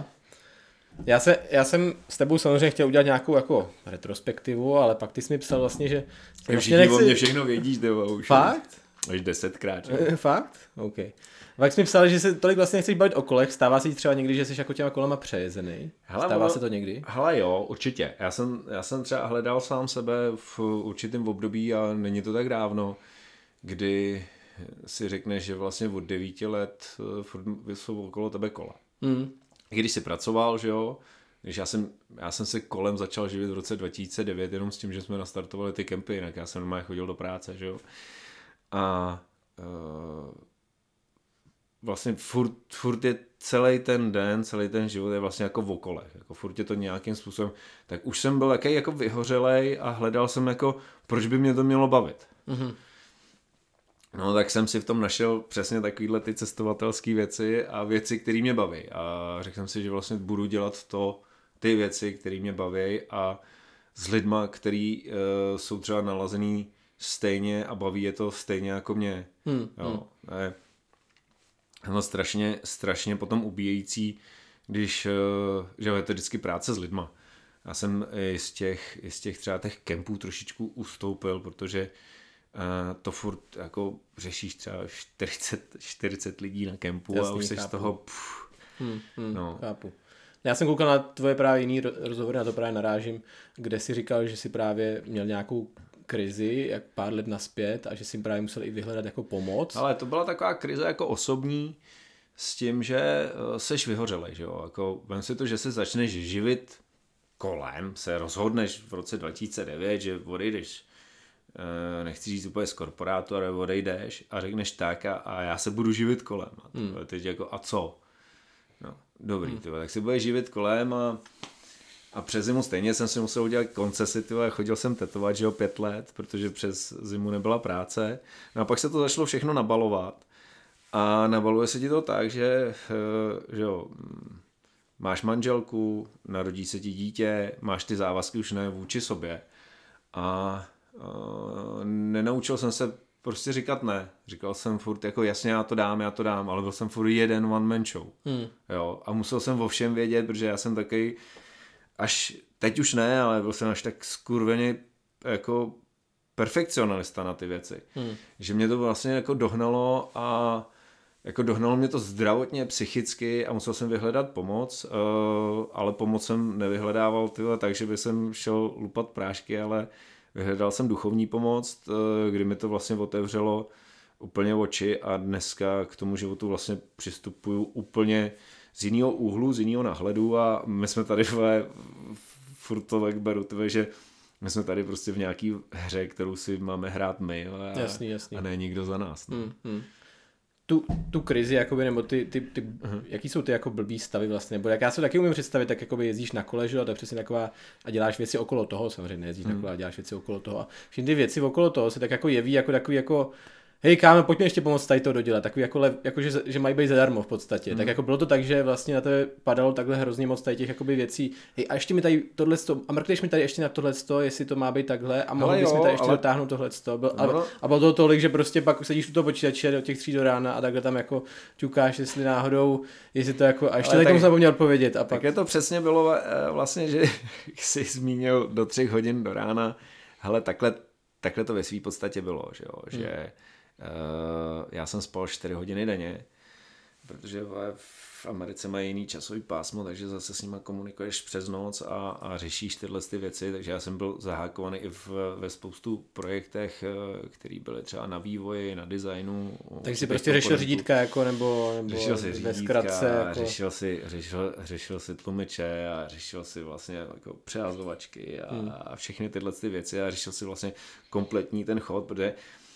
Já jsem s tebou samozřejmě chtěl udělat nějakou jako retrospektivu, ale pak ty jsi mi psal vlastně, že... Všichni o mě všechno vědíš, nebo už. Fakt? Už 10krát. Fakt? OK. Pak jsi mi psal, že se tolik vlastně nechceš bavit o kolech, stává se ti třeba někdy, že jsi jako těma kolema přejezený? Stává se to někdy? Hele jo, určitě. Já jsem třeba hledal sám sebe v určitém období a není to tak dávno, kdy si řekneš, že vlastně od 9 let jsou okolo tebe kola. Když jsi pracoval, že jo, když já jsem se kolem začal živit v roce 2009 jenom s tím, že jsme nastartovali ty kempy, jinak já jsem normálně chodil do práce, že jo. A vlastně furt je celý ten den, celý ten život je vlastně jako v okolech, jako furt je to nějakým způsobem, tak už jsem byl jako vyhořelej a hledal jsem jako, proč by mě to mělo bavit. No tak jsem si v tom našel přesně takovýhle ty cestovatelské věci a věci, které mě baví. A řekl jsem si, že vlastně budu dělat ty věci, které mě baví a s lidma, který jsou třeba nalazený stejně a baví je to stejně jako mě. Jo. No strašně potom ubíjející, když že je to vždycky práce s lidma. Já jsem i z těch třeba těch kempů trošičku ustoupil, protože to furt jako řešíš třeba 40 lidí na kempu. Jasný, a už jsi z toho... Chápu. Já jsem koukal na tvoje právě jiný rozhovory, na to právě narážím, kde si říkal, že si právě měl nějakou krizi, jak pár let naspět a že si právě musel i vyhledat jako pomoc. Ale to byla taková krize jako osobní s tím, že seš vyhořelej, že jo, jako vem si to, že se začneš živit kolem, se rozhodneš v roce 2009, že odejdeš, nechci říct úplně z korporátu, ale odejdeš a řekneš tak a já se budu živit kolem. A teď jako a co? No, dobrý, tak si budeš živit kolem a přes zimu stejně jsem si musel udělat koncesi, chodil jsem tetovat, že jo, 5 let, protože přes zimu nebyla práce. No a pak se to začalo všechno nabalovat. A nabaluje se ti to tak, že jo, máš manželku, narodí se ti dítě, máš ty závazky už ne vůči sobě. A nenaučil jsem se prostě říkat ne. Říkal jsem furt jako jasně já to dám, ale byl jsem furt jeden one man show. Jo, a musel jsem o všem vědět, protože já jsem takový až teď už ne, ale byl jsem až tak skurveně jako perfekcionalista na ty věci. Že mě to vlastně jako dohnalo a jako dohnalo mě to zdravotně, psychicky a musel jsem vyhledat pomoc, ale pomoc jsem nevyhledával takže by jsem šel lupat prášky, ale vyhledal jsem duchovní pomoc, kdy mi to vlastně otevřelo úplně oči a dneska k tomu životu vlastně přistupuju úplně z jiného úhlu, z jiného nahledu a my jsme tady furt to tak beru, že my jsme tady prostě v nějaký hře, kterou si máme hrát my jasný. A ne nikdo za nás. No. Tu krizi, jakoby, nebo jaký jsou ty jako blbý stavy vlastně, nebo jak já se taky umím představit, tak jakoby jezdíš na kole, že? A to je přesně taková a děláš věci okolo toho, samozřejmě nejezdíš na kole a děláš věci okolo toho a všechny ty věci okolo toho se tak jako jeví jako takový jako hej kámo, pojďme ještě pomoct tady to dodělat, takový jako že mají být zadarmo v podstatě. Tak jako bylo to tak, že vlastně na tebe padalo takhle hrozně moc tady těch jakoby věcí. Hej, a ještě mi tady tohleto, a mrkneš mi tady ještě na tohleto, jestli to má být takhle a mohli bychom tady ještě dotáhnout tohleto. A bylo to tolik, že prostě pak sedíš u toho počítače do těch 3 do rána a takhle tam jako ťukáš, jestli náhodou, jestli to jako, a ještě tak jsem zapomněl odpovědět. A pak tak je to přesně bylo vlastně, že jsi zmínil do 3 hodin do rána, hele, takhle to ve své podstatě bylo, že jo, že já jsem spal 4 hodiny denně, protože v Americe mají jiný časový pásmo, takže zase s nima komunikuješ přes noc a řešíš tyhle ty věci, takže já jsem byl zahákovaný i ve spoustu projektech, které byly třeba na vývoji, na designu. Takže si prostě řešil řídítka jako, nebo řešil si řídítka, zkratce, jako... řešil si tlumiče a řešil si vlastně jako přehazovačky a všechny tyhle ty věci a řešil si vlastně kompletní ten chod, protože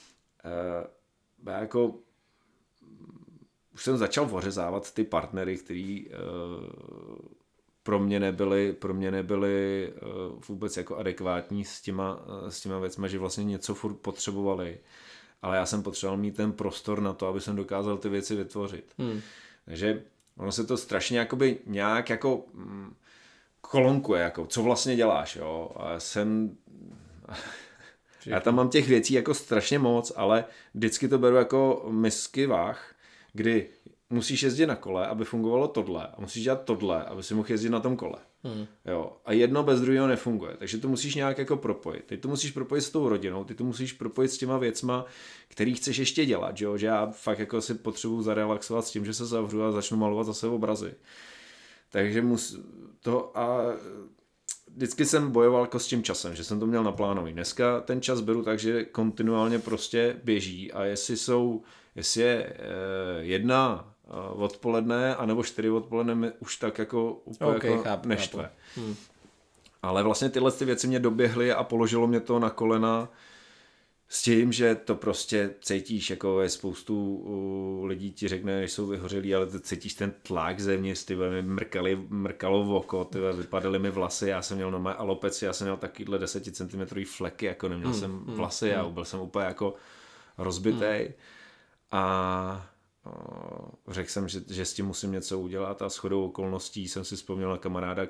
já jako už jsem začal ořezávat ty partnery, který pro mě nebyli vůbec jako adekvátní s těma věcma, že vlastně něco furt potřebovali, ale já jsem potřeboval mít ten prostor na to, aby jsem dokázal ty věci vytvořit. Takže ono se to strašně jakoby nějak jako kolonkuje, jako co vlastně děláš, jo, a já tam mám těch věcí jako strašně moc, ale vždycky to beru jako misky váh, kdy musíš jezdit na kole, aby fungovalo tohle a musíš dělat tohle, aby si mohl jezdit na tom kole. Jo. A jedno bez druhého nefunguje, takže to musíš nějak jako propojit. Teď to musíš propojit s tou rodinou, ty to musíš propojit s těma věcma, který chceš ještě dělat, že já fakt jako si potřebuji zarelaxovat s tím, že se zavřu a začnu malovat zase obrazy. Takže vždycky jsem bojoval jako s tím časem, že jsem to měl naplánovaný. Dneska ten čas beru tak, že kontinuálně prostě běží a jestli je 1 odpoledne anebo 4 odpoledne mi už tak jako úplně jako neštve. Ale vlastně tyhle ty věci mě doběhly a položilo mě to na kolena s tím, že to prostě cítíš, jako je spoustu lidí ti řekne, že jsou vyhořelí, ale ty cítíš ten tlak zevnitř, ty mi mrkalo v oko, vypadaly mi vlasy, já jsem měl normálně alopeci, já jsem měl takovýhle 10 cm fleky, jako neměl jsem vlasy a byl jsem úplně jako rozbitej a řekl jsem, že s tím musím něco udělat a shodou okolností jsem si vzpomněl na kamaráda,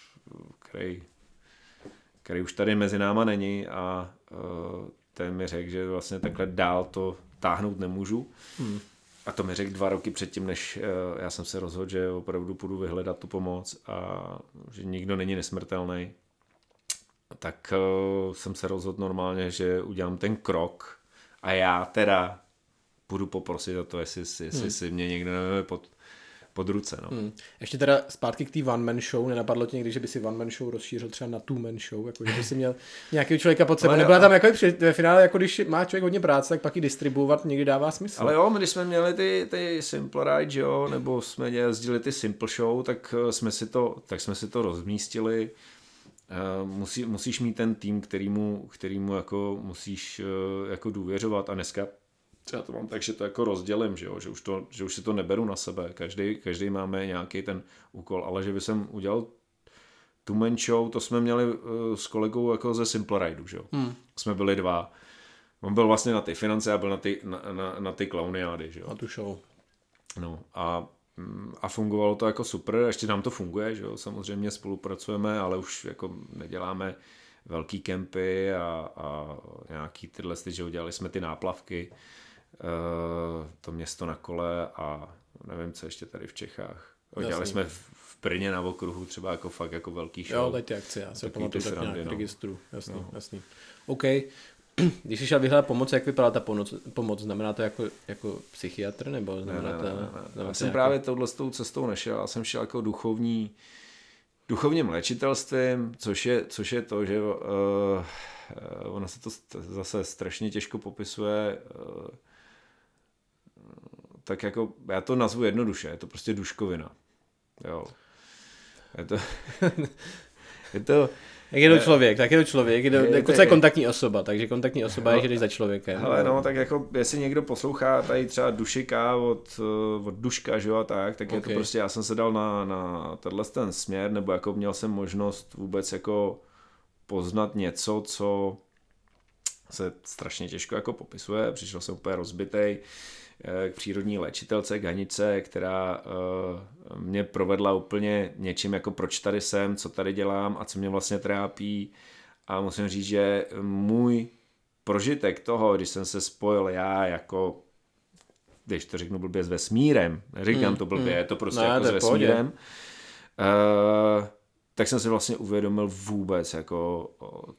který už tady mezi náma není a ten mi řekl, že vlastně takhle dál to táhnout nemůžu. A to mi řekl 2 roky předtím, než já jsem se rozhodl, že opravdu půjdu vyhledat tu pomoc a že nikdo není nesmrtelný. Tak jsem se rozhodl normálně, že udělám ten krok a já teda půjdu poprosit o to, jestli si mě někdo nevíme pod ruce. No. Ještě teda zpátky k té one-man show, nenapadlo tě někdy, že by si one-man show rozšířil třeba na two-man show, jako že by si měl nějakého člověka pod sebou, nebyla tam jako ve finále, jako když má člověk hodně práce, tak pak i distribuovat někdy dává smysl. Ale jo, my když jsme měli ty Simple Ride, jo, nebo jsme jezdili ty Simple Show, tak jsme si to rozmístili. Musíš mít ten tým, kterýmu jako musíš jako důvěřovat a dneska já to mám tak, že to jako rozdělím, že už si to neberu na sebe, každý máme nějaký ten úkol, ale že by jsem udělal two-man show, to jsme měli s kolegou jako ze Simple Rideu, že jo. Jsme byli 2. On byl vlastně na ty finance a byl na ty klauniády, že jo. Na tu show. No a fungovalo to jako super, ještě nám to funguje, že jo, samozřejmě spolupracujeme, ale už jako neděláme velký kempy a nějaký tyhle, že jo, dělali jsme ty náplavky, to město na kole a nevím, co ještě tady v Čechách. Dělali jsme v Brně na okruhu třeba jako fakt jako velký show. Jo, tady ty akce, já se pamatuju tak nějak registru, jasný. OK. Když jsi šel vyhledat pomoc, jak vypadala ta pomoc? Znamená to jako psychiatr? Nebo znamená ne. Já jsem právě touhle cestou nešel, já jsem šel jako duchovním léčitelstvím, což je to, že ono se to zase strašně těžko popisuje, tak jako já to nazvu jednoduše, je to prostě duškovina. Jo. Je to jak je to člověk, tak je to člověk, co je kontaktní osoba, takže kontaktní osoba je, že jdeš za člověkem. Hele, no, tak jako, jestli někdo poslouchá tady třeba Dušika od Duška, že jo, tak je to prostě, já jsem se dal na ten směr, nebo jako měl jsem možnost vůbec jako poznat něco, co se strašně těžko jako popisuje, přišel jsem úplně rozbitej k přírodní léčitelce, k Hanice, která mě provedla úplně něčím, jako proč tady jsem, co tady dělám a co mě vlastně trápí. A musím říct, že můj prožitek toho, když jsem se spojil já jako, když to řeknu blbě, s vesmírem, neříkám to blbě, je to prostě jako s vesmírem, tak jsem si vlastně uvědomil vůbec, jako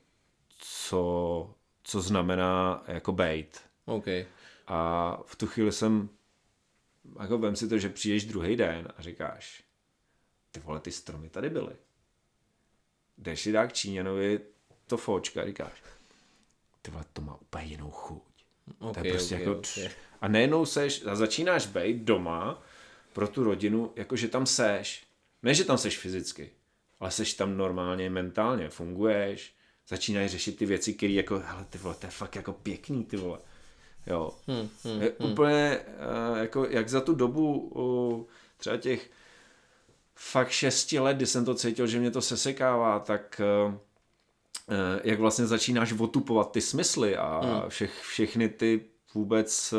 co znamená jako bejt. Okay. A v tu chvíli jsem, jako vem si to, že přijdeš druhý den a říkáš, ty vole, ty stromy tady byly. Jdeš si dát k Číňanovi to fóčka a říkáš, ty vole, to má úplně jinou chuť. To je prostě okay. A nejenom začínáš bejt doma pro tu rodinu, jakože tam seš. Ne, že tam seš fyzicky, ale seš tam normálně, mentálně, funguješ, začínáš řešit ty věci, které jako, hele, ty vole, to je fakt jako pěkný, ty vole. Jo. Úplně jako jak za tu dobu třeba těch fakt 6 let, kdy jsem to cítil, že mě to sesekává, tak jak vlastně začínáš otupovat ty smysly a všechny ty vůbec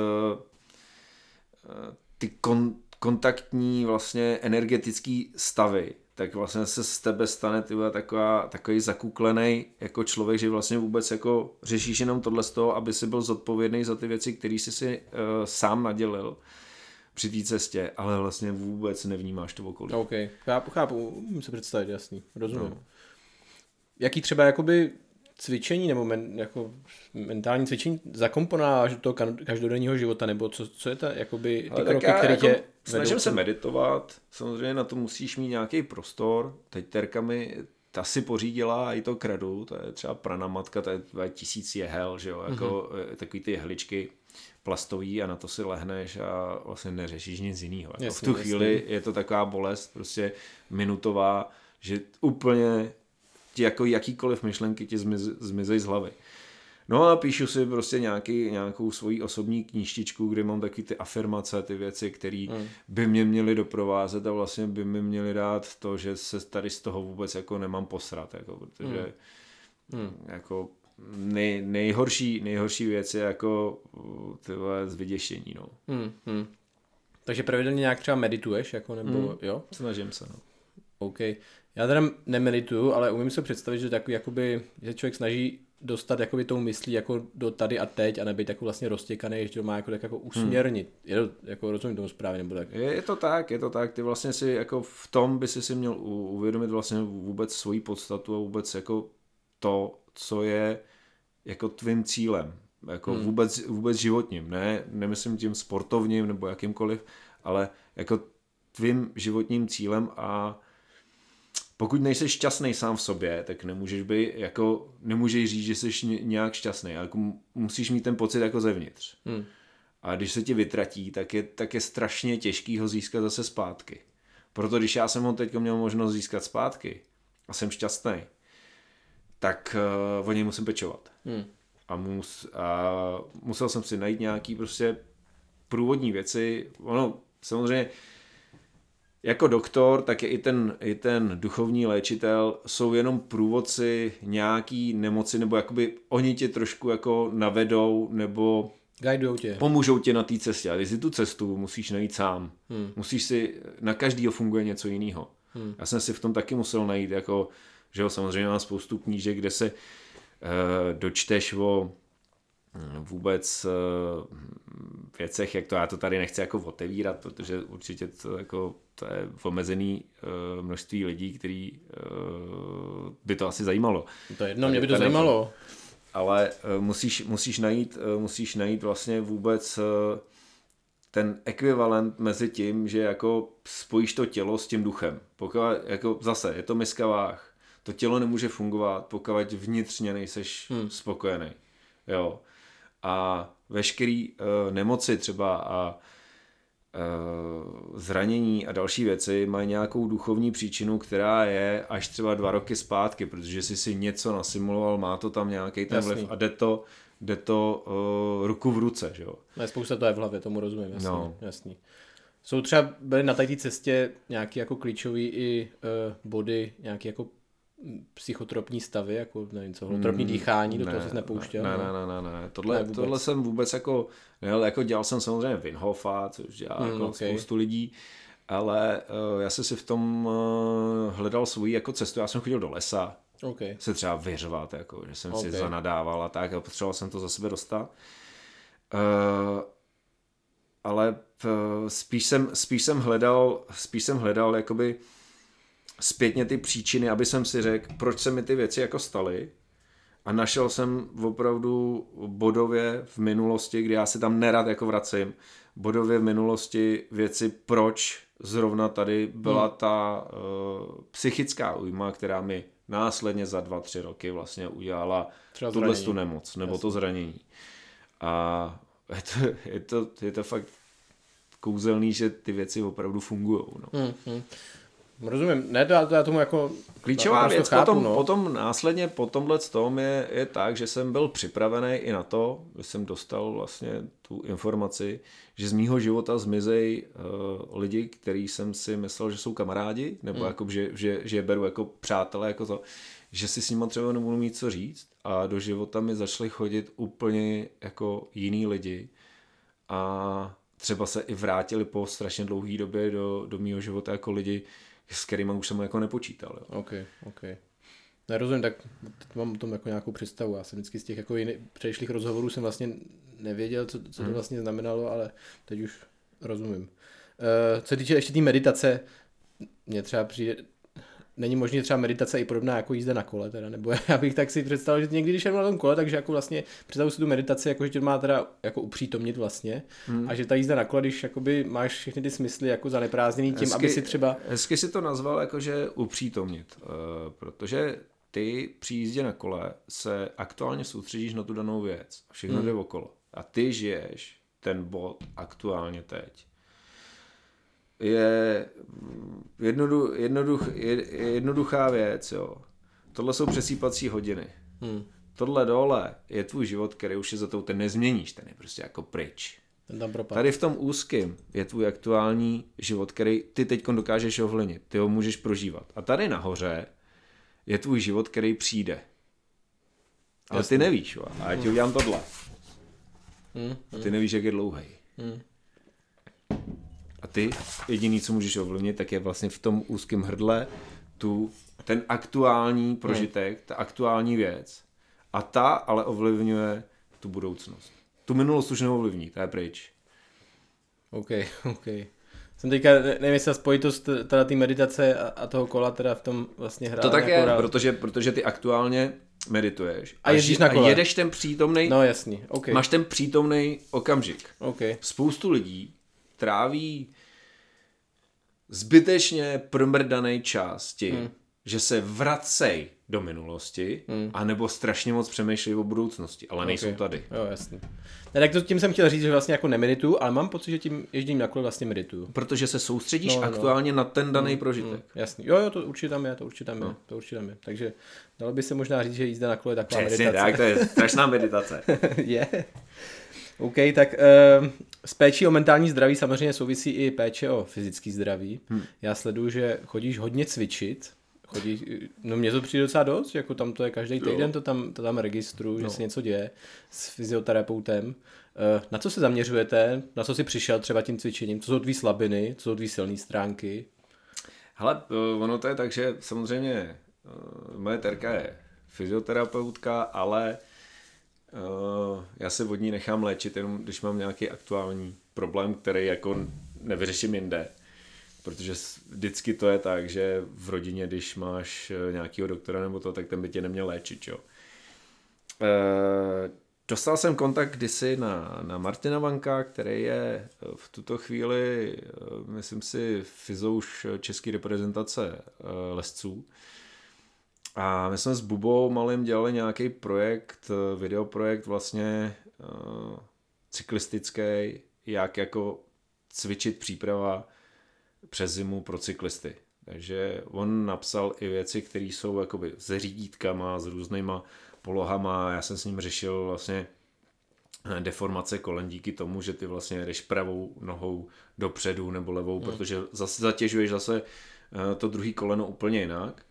ty kontaktní vlastně energetický stavy, tak vlastně se z tebe stane takový zakuklený jako člověk, že vlastně vůbec jako řešíš jenom tohle z toho, aby si byl zodpovědný za ty věci, které jsi si sám nadělil při té cestě, ale vlastně vůbec nevnímáš to okolí. OK, chápu, umím se představit, jasný, rozumím. No. Jaký třeba jakoby cvičení nebo jako mentální cvičení zakomponováváš do toho každodenního života, nebo co je to jakoby ty kroky, které tě vedou? Snažím se meditovat, samozřejmě na to musíš mít nějaký prostor, teď Terka mi ta si pořídila i to kredu, to je třeba pranamatka, to je 1000 jehel, že jo, jako takový ty jehličky plastový a na to si lehneš a vlastně neřešíš nic jiného. Jako v tu chvíli je to taková bolest, prostě minutová, že úplně ti jako jakýkoliv myšlenky ti zmizejí z hlavy. No a píšu si prostě nějakou svoji osobní knížtičku, kde mám taky ty afirmace, ty věci, které by mě měly doprovázet a vlastně by mi měly dát to, že se tady z toho vůbec jako nemám posrat, jako, protože jako nejhorší věc je jako tyhle zvyděšení, no. Takže pravidelně nějak třeba medituješ, jako, nebo jo? Snažím se, no. OK. Já teda nemedituju, ale umím se představit, že takový, jakoby, že člověk snaží dostat jakoby tou myslí jako do tady a teď a nebýt jako vlastně roztěkaný, že to má jako tak jako usměrnit. Jako rozumím tomu správně, nebo tak? Je to tak. Ty vlastně si jako v tom by si měl uvědomit vlastně vůbec svoji podstatu a vůbec jako to, co je jako tvým cílem. Jako vůbec životním. Nemyslím tím sportovním nebo jakýmkoliv, ale jako tvým životním cílem a pokud nejsi šťastný sám v sobě, tak nemůžeš říct, že jsi nějak šťastný, ale musíš mít ten pocit jako zevnitř. A když se ti vytratí, tak je strašně těžký ho získat zase zpátky. Proto když já jsem ho teď měl možnost získat zpátky a jsem šťastný, tak o něj musím pečovat. A musel jsem si najít nějaký prostě průvodní věci. Ono samozřejmě jako doktor, tak je i ten duchovní léčitel, jsou jenom průvodci nějaký nemoci, nebo jakoby oni tě trošku jako navedou, nebo guidujou tě. Pomůžou tě na té cestě. A ty si tu cestu musíš najít sám. Musíš si, na každýho funguje něco jiného. Já jsem si v tom taky musel najít, jako, že jo, samozřejmě mám spoustu knížek, kde se dočteš o vůbec věcech, jak to, já to tady nechci jako otevírat, protože určitě to je omezený množství lidí, který by to asi zajímalo. To je jedno, mě by to zajímalo. Ale musíš najít vlastně vůbec ten ekvivalent mezi tím, že jako spojíš to tělo s tím duchem. Pokud jako zase je to miska váh. To tělo nemůže fungovat, pokud vnitřně nejseš spokojený. Jo. A veškerý nemoci třeba a zranění a další věci mají nějakou duchovní příčinu, která je až třeba 2 roky zpátky, protože jsi si něco nasimuloval, má to tam nějaký ten vliv a jde to ruku v ruce, že jo. No, spousta to je v hlavě, tomu rozumím, jasný. Jsou třeba, byly na té cestě nějaký jako klíčový i body, nějaký jako psychotropní stavy, jako nevím co, holotropní dýchání, do toho se nepouštěl? Ne. Tohle jsem vůbec jako dělal jsem samozřejmě Wim Hofa, což dělá jako spoustu lidí, ale já jsem si v tom hledal svůj jako cestu, já jsem chodil do lesa, se třeba vyřvat, jako, že jsem si zanadával a tak, a potřeboval jsem to za sebe dostat. Ale spíš jsem hledal jakoby zpětně ty příčiny, aby jsem si řekl, proč se mi ty věci jako staly, a našel jsem opravdu bodově v minulosti, kdy já si tam nerad jako vracím, bodově v minulosti věci, proč zrovna tady byla ta psychická újma, která mi následně za 2-3 roky vlastně udělala tu nemoc, nebo to zranění. A je to fakt kouzelný, že ty věci opravdu fungujou. No. Rozumím, ne, to já tomu jako klíčová věc chápu, potom následně po tomhle tom je tak, že jsem byl připravený i na to, že jsem dostal vlastně tu informaci, že z mýho života zmizej lidi, který jsem si myslel, že jsou kamarádi, nebo jako, že je beru jako přátelé, jako to, že si s nima třeba nebudu mít co říct, a do života mi začali chodit úplně jako jiný lidi a třeba se i vrátili po strašně dlouhé době do mýho života jako lidi, s kterýma už jsem jako nepočítal. Jo. Ok. Nerozumím, tak mám o tom jako nějakou představu. Já jsem vždycky z těch jako předešlých rozhovorů jsem vlastně nevěděl, co to vlastně znamenalo, ale teď už rozumím. Co se týče ještě té meditace, mně třeba přijde, není možné třeba meditace i podobná jako jízda na kole, teda, nebo já bych tak si představil, že někdy, když jdu na tom kole, takže jako vlastně představu si tu meditaci, jako, že tě má teda jako upřítomnit vlastně, a že ta jízda na kole, když jakoby máš všechny ty smysly jako zaneprázdněný tím, aby si třeba... Hezky si to nazval jakože upřítomnit, protože ty při jízdě na kole se aktuálně soustředíš na tu danou věc, všechno jde okolo a ty žiješ ten bod aktuálně teď. Je jednoduchá věc, jo. Tohle jsou přesýpací hodiny. Tohle dole je tvůj život, který už je za tou, ten nezměníš, ten je prostě jako pryč. Tady v tom úzkým je tvůj aktuální život, který ty teď dokážeš ovlivnit, ty ho můžeš prožívat. A tady nahoře je tvůj život, který přijde. Ale ty nevíš, jo. A já ti udělám tohle. A ty nevíš, jak je dlouhý. A ty jediný, co můžeš ovlivnit, tak je vlastně v tom úzkém hrdle ten aktuální prožitek, ta aktuální věc. A ta ale ovlivňuje tu budoucnost. Tu minulost už neovlivní, ta je pryč. OK. Jsem teďka, nevím, jestli spojitost teda té meditace a toho kola teda v tom vlastně hrál. To tak je, protože ty aktuálně medituješ. A jezdíš na kole. A jedeš ten přítomnej, no jasný, okay. Máš ten přítomnej okamžik. Okay. Spoustu lidí tráví zbytečně promrdaný čas tím, že se vracej do minulosti, anebo strašně moc přemýšlí o budoucnosti, ale nejsou tady. Jo, jasný. Tak to tím jsem chtěl říct, že vlastně jako nemedituju, ale mám pocit, že tím ježdím na kole vlastně medituju. Protože se soustředíš aktuálně na ten daný prožitek. Jasný. Jo, to určitě tam je. Takže dalo by se možná říct, že jízda na kole je taková meditace. Tak, to je strašná meditace. Je. OK, tak s péčí o mentální zdraví samozřejmě souvisí i péče o fyzický zdraví. Já sleduju, že chodíš hodně cvičit. No mně to přijde docela dost, jako tam to je každý týden, to tam registruju, že se něco děje s fyzioterapeutem. Na co se zaměřujete? Na co jsi přišel třeba tím cvičením? Co jsou tvý slabiny? Co jsou tvý silné stránky? Hele, ono to je tak, že samozřejmě moje dcerka je fyzioterapeutka, ale já se od ní nechám léčit jenom, když mám nějaký aktuální problém, který jako nevyřeším jinde. Protože vždycky to je tak, že v rodině, když máš nějakého doktora nebo to, tak ten by tě neměl léčit, jo. Dostal jsem kontakt kdysi na Martina Vanka, který je v tuto chvíli, myslím si, fyzouš české reprezentace lesců. A my jsme s Bubou malým dělali nějaký projekt, videoprojekt vlastně cyklistický, jak jako cvičit příprava přes zimu pro cyklisty. Takže on napsal i věci, které jsou jakoby s řídítkama, s různýma polohama. Já jsem s ním řešil vlastně deformace kolen díky tomu, že ty vlastně jdeš pravou nohou dopředu nebo levou, protože zase zatěžuješ zase to druhý koleno úplně jinak.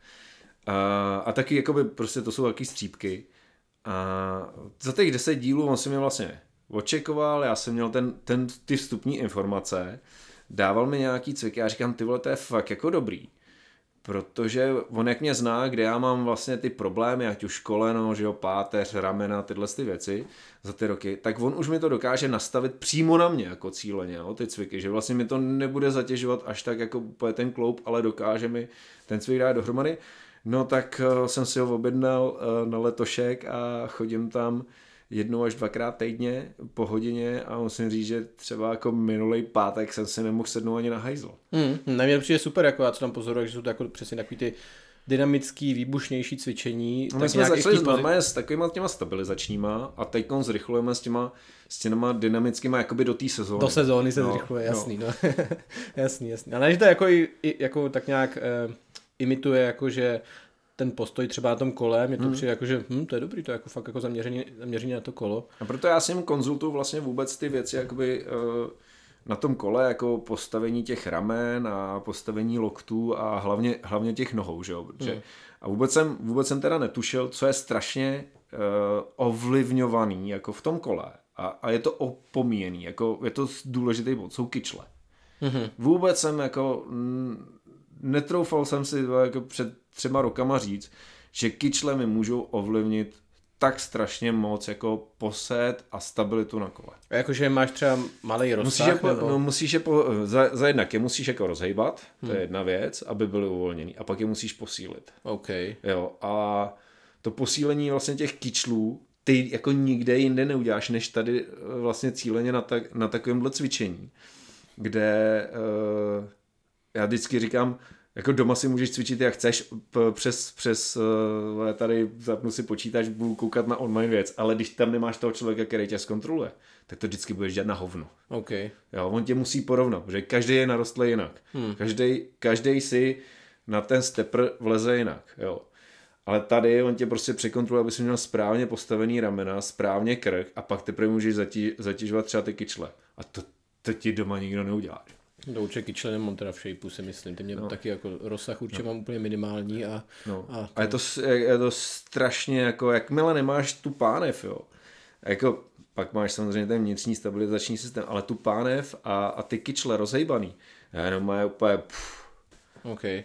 A taky jakoby prostě to jsou taky střípky. A za těch 10 dílů on si mě vlastně očekoval, já jsem měl ty vstupní informace, dával mi nějaký cviky a říkám, ty vole, to je fakt jako dobrý. Protože on jak mě zná, kde já mám vlastně ty problémy, ať už koleno, že jo, páteř, ramena, tyhle ty věci za ty roky, tak on už mi to dokáže nastavit přímo na mě jako cíleně, jo, ty cviky, že vlastně mi to nebude zatěžovat až tak jako úplně ten kloup, ale dokáže mi ten cvik dát dohromady. No tak jsem si ho objednal na letošek a chodím tam 1 až 2krát týdně po hodině a musím říct, že třeba jako minulý pátek jsem si nemohl sednout ani na hajzl. Na mě přijde super, jako já co tam pozoruji, že jsou to jako přesně takový ty dynamický, výbušnější cvičení. No, my jsme začali s takovýma těma stabilizačníma a teď zrychlujeme s těma dynamickýma jakoby do té sezóny. Do sezóny se zrychluje, jasný. No. jasný. Ale že to jako tak nějak imituje, jako že ten postoj třeba na tom kole, mě to přijde jako, že to je dobrý, to je jako fakt jako zaměření na to kolo. A proto já si jim konzultuju vlastně vůbec ty věci jakoby na tom kole, jako postavení těch ramen a postavení loktů a hlavně těch nohou, že jo, protože a vůbec jsem teda netušil, co je strašně ovlivňovaný jako v tom kole a je to opomíjený, jako je to důležitý bod, jsou kyčle. Vůbec jsem jako netroufal jsem si jako před 3 rokama říct, že kyčle mi můžou ovlivnit tak strašně moc jako posed a stabilitu na kole. A jakože máš třeba malej rozsah? Musíš je za jednak je musíš jako rozhejbat, to je jedna věc, aby byly uvolněný a pak je musíš posílit. Okay. Jo, a to posílení vlastně těch kyčlů ty jako nikde jinde neuděláš, než tady vlastně cíleně na takovémhle cvičení, kde já vždycky říkám, jako doma si můžeš cvičit jak chceš, přes tady zapnu si počítač, budu koukat na online věc, ale když tam nemáš toho člověka, který tě zkontroluje, tak to vždycky budeš dělat na hovno. Okay. Jo, on tě musí porovnat, protože každý je narostlý jinak. Každý si na ten stepper vleze jinak. Jo. Ale tady on tě prostě překontroluje, aby si měl správně postavený ramena, správně krk a pak teprve můžeš zatěžovat třeba ty kyčle. A to ti doma nikdo neudělá. Do určitě kyčle nemám teda v shapeu, si myslím. Ty mě taky jako rozsah určitě mám úplně minimální. A je to strašně jako, jakmile nemáš tu pánev, jo. Jako, pak máš samozřejmě ten vnitřní stabilizační systém, ale tu pánev a ty kyčle rozhejbaný, jenom má úplně Okay.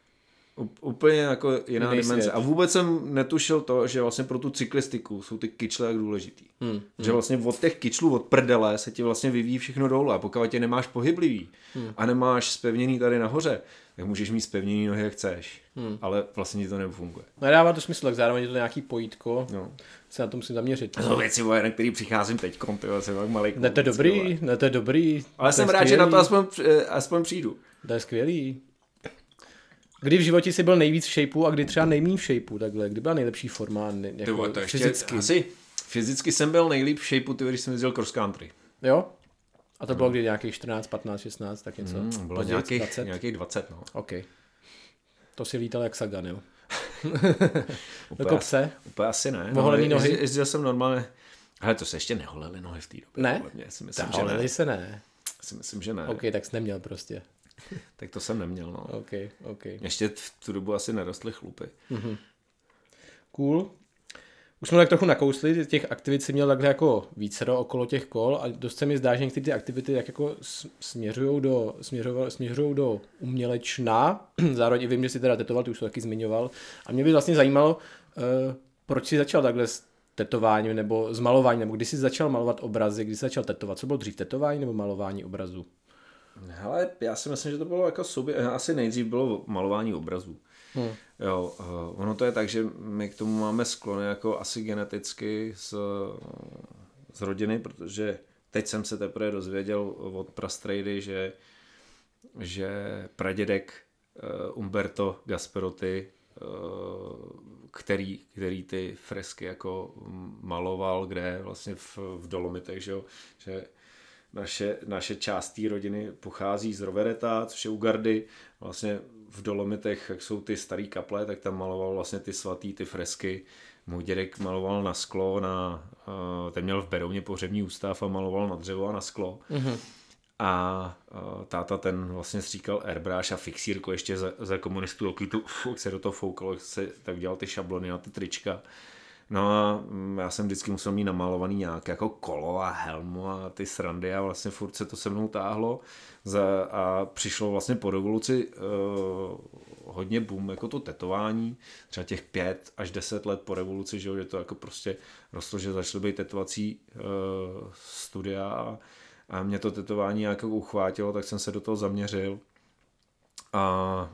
Úplně jako jiná dimenze. A vůbec jsem netušil to, že vlastně pro tu cyklistiku jsou ty kyčle jak důležitý. Že vlastně od těch kyčlů, od prdele se ti vlastně vyvíjí všechno dolů a pokud tě nemáš pohyblivý a nemáš spevněný tady nahoře, tak můžeš mít spevněný nohy jak chceš. Ale vlastně ti to nefunguje. Nedává to smysl, tak zároveň je to nějaký pojítko. Se na to musím zaměřit. To jsou věci, na který přicházím teďkom, jsem tak malej. Ne, to je dobrý. Ale jsem rád, že na to aspoň přijdu. To je skvělý. Kdy v životě jsi byl nejvíc v shapeu a kdy třeba nejméně v shapeu, takhle? Kdy byla nejlepší forma jako to ještě, fyzicky? Asi fyzicky jsem byl nejlíp v shapeu, když jsem jezdil cross country. Jo? A to bylo kdy nějakých 14, 15, 16, tak něco? Bylo nějakých 20, no. OK. To si lítal jak Sagan, jo? Do kopce? Úplně asi ne. Oholený nohy? Jezdil jsem normálně. Ale to se ještě neholely nohy v té době. Ne? Holely se ne. Si myslím, že ne. OK, tak jsi neměl prostě. Tak to jsem neměl, no. OK. Ještě v tu dobu asi nerostly chlupy. Mm-hmm. Cool. Už jsme tak trochu nakousli, těch aktivit si měl takhle jako vícero okolo těch kol a dost se mi zdá, že některé ty aktivity jak jako směřují do umělečna. Zároveň i vím, že si teda tetoval, ty už to taky zmiňoval. A mě by vlastně zajímalo, proč jsi začal takhle s tetováním nebo s malováním, nebo kdy jsi začal malovat obrazy, kdy jsi začal tetovat. Co bylo dřív, tetování nebo malování obrazu? Hele, já si myslím, že to bylo jako asi nejdřív bylo malování obrazů. Jo, ono to je tak, že my k tomu máme sklony jako asi geneticky z rodiny, protože teď jsem se teprve dozvěděl od prastrejdy, že pradědek Umberto Gasperotti, který ty fresky jako maloval, kde vlastně v Dolomitech, že naše část té rodiny pochází z Rovereta, což je u Gardy. Vlastně v Dolomitech, jak jsou ty starý kaple, tak tam maloval vlastně ty svatý, ty fresky. Můj dědek maloval na sklo, ten měl v Berouně pohřební ústav a maloval na dřevo a na sklo. Mm-hmm. A táta ten vlastně stříkal airbrush a fixírko ještě za komunistů, jak se do toho foukalo, tak dělal ty šablony na ty trička. No a já jsem vždycky musel mít namalovaný nějak jako kolo a helmu a ty srandy a vlastně furt se to se mnou táhlo a přišlo vlastně po revoluci hodně boom jako to tetování, třeba těch 5 až 10 let po revoluci, že to jako prostě rostlo, že začaly být tetovací studia a mě to tetování nějak uchvátilo, tak jsem se do toho zaměřil a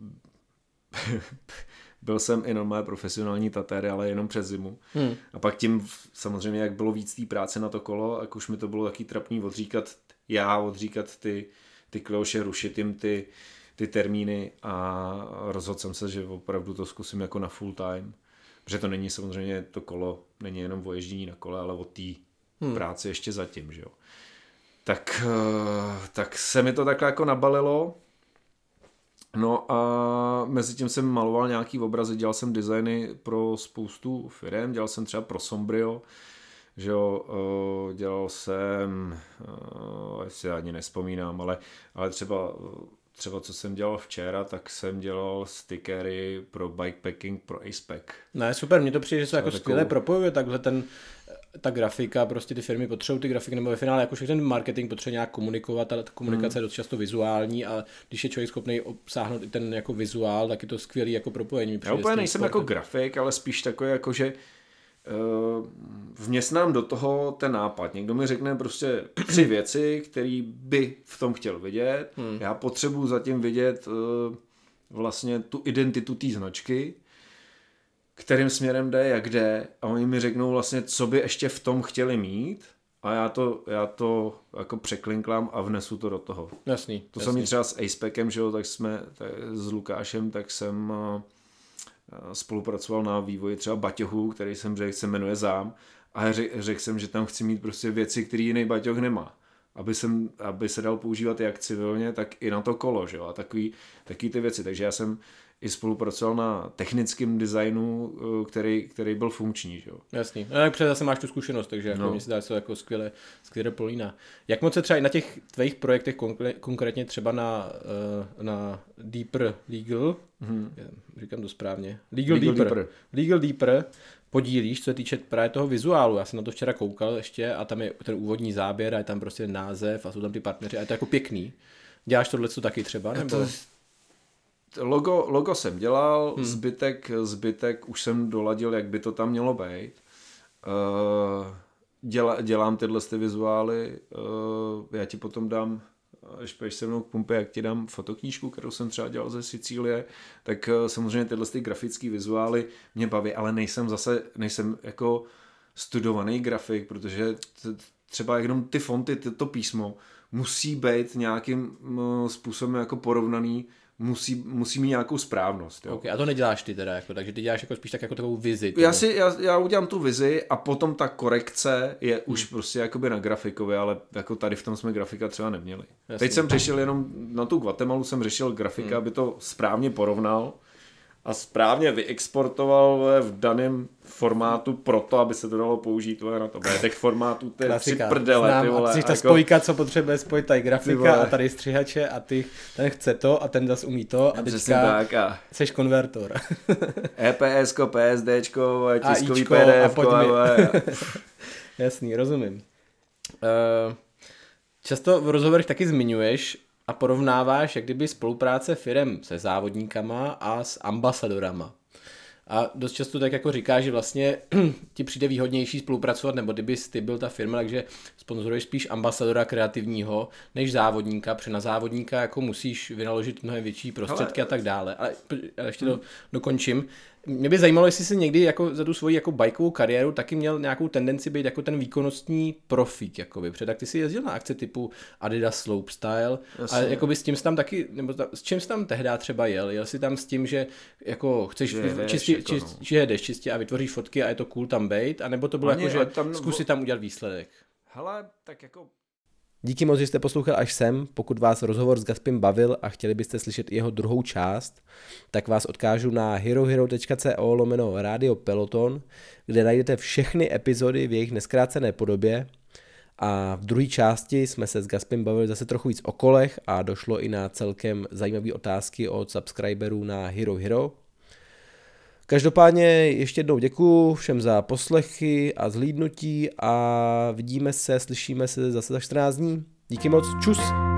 byl jsem i normálně profesionální tatér, ale jenom přes zimu. A pak tím samozřejmě, jak bylo víc té práce na to kolo, jak už mi to bylo taky trapný odříkat ty kloše, rušit jim ty termíny a rozhodl jsem se, že opravdu to zkusím jako na full time. Protože to není samozřejmě, to kolo není jenom o ježdění na kole, ale o té práci ještě zatím, že jo. Tak se mi to takhle jako nabalilo. No a mezi tím jsem maloval nějaký obrazy, dělal jsem designy pro spoustu firem, dělal jsem třeba pro Sombrio, že jo, dělal jsem, si ani nespomínám, ale třeba co jsem dělal včera, tak jsem dělal stickery pro bikepacking, pro Acepack. Ne, super, mně to přijde, že se jako skvěle propojuje takhle ta grafika, prostě ty firmy potřebují ty grafiky, nebo ve finále jako všechny ten marketing potřebuje nějak komunikovat, ale ta komunikace je dost často vizuální a když je člověk schopný obsáhnout i ten jako vizuál, tak je to skvělý jako propojení. Já úplně nejsem jako grafik, ale spíš takový jako, že vměstnám do toho ten nápad. Někdo mi řekne prostě 3 věci, které by v tom chtěl vidět. Já potřebuji zatím vidět vlastně tu identitu té značky, kterým směrem jde, jak jde, a oni mi řeknou vlastně, co by ještě v tom chtěli mít a já to jako překlinklám a vnesu to do toho. Jasný. To samé třeba s Acepackem, že jo, tak s Lukášem, tak jsem spolupracoval na vývoji třeba baťohu, který jsem řekl, se jmenuje Zám, a řekl jsem, že tam chci mít prostě věci, které jiný baťoh nemá. Aby se dal používat jak civilně, tak i na to kolo, že jo, a takový ty věci. Takže já jsem i spolupracoval na technickém designu, který byl funkční, že jo. Jasný. No, tak zase máš tu zkušenost, takže jako mě se dá to jako skvěle políná. Jak moc se třeba i na těch tvých projektech, konkrétně třeba na Deeper Legal, říkám to správně, Legal Deeper, podílíš, co se týče právě toho vizuálu. Já jsem na to včera koukal ještě a tam je ten úvodní záběr a je tam prostě název a jsou tam ty partneři a je to jako pěkný. Děláš tohleto taky třeba? Nebo? Logo jsem dělal, zbytek už jsem doladil, jak by to tam mělo být. Dělám tyhle vizuály, já ti potom dám, až půjdeš se mnou k pumpě, jak ti dám fotoknížku, kterou jsem třeba dělal ze Sicílie, tak samozřejmě tyhle grafické vizuály mě baví, ale nejsem jako studovaný grafik, protože třeba jenom ty fonty, to písmo musí být nějakým způsobem jako porovnaný, musí mít nějakou správnost. Jo. Okay, a to neděláš ty teda, jako, takže ty děláš jako spíš tak jako takovou vizi. Já udělám tu vizi a potom ta korekce je už prostě jakoby na grafikově, ale jako tady v tom jsme grafika třeba neměli. Jasně. Teď jsem řešil jenom na tu Guatemalu, jsem řešil grafika, aby to správně porovnal a správně vyexportoval v daném formátu proto, aby se to dalo použít na to. Těch formátů, to je tři prdele. Ty vole, a ta spojka, co potřebuje spojit tady grafika a tady střihače a ten chce to a ten zase umí to a teďka seš konvertor. EPSko, PSDčko, tiskový PDFko. Jasný, rozumím. Často v rozhovorech taky zmiňuješ a porovnáváš jak kdyby spolupráce firem se závodníkama a s ambasadorama. A dost často tak jako říkáš, že vlastně ti přijde výhodnější spolupracovat, nebo kdyby ty byl ta firma, takže sponzoruješ spíš ambasadora kreativního než závodníka, protože na závodníka jako musíš vynaložit mnohem větší prostředky a tak dále. Ale ještě to dokončím. Mě by zajímalo, jestli jsi někdy jako za tu svoji jako bajkovou kariéru taky měl nějakou tendenci být jako ten výkonnostní profík, jakoby. Protože tak ty jsi jezdil na akce typu Adidas Slopestyle a jakoby s tím jsi tam taky, nebo s čím jsi tam tehdy třeba jel? Jel jsi tam s tím, že jako chceš jedeš čistě a vytvoříš fotky a je to cool tam bejt, anebo to bylo jako, že zkusit tam udělat výsledek? Hele, tak jako... Díky moc, že jste poslouchal až sem. Pokud vás rozhovor s Gaspim bavil a chtěli byste slyšet jeho druhou část, tak vás odkážu na herohero.co/Radio Peloton, kde najdete všechny epizody v jejich neskrácené podobě. A v druhé části jsme se s Gaspim bavili zase trochu víc o kolech a došlo i na celkem zajímavé otázky od subscriberů na Hero Hero. Každopádně ještě jednou děkuju všem za poslechy a zhlídnutí a vidíme se, slyšíme se zase za 14 dní. Díky moc, čus!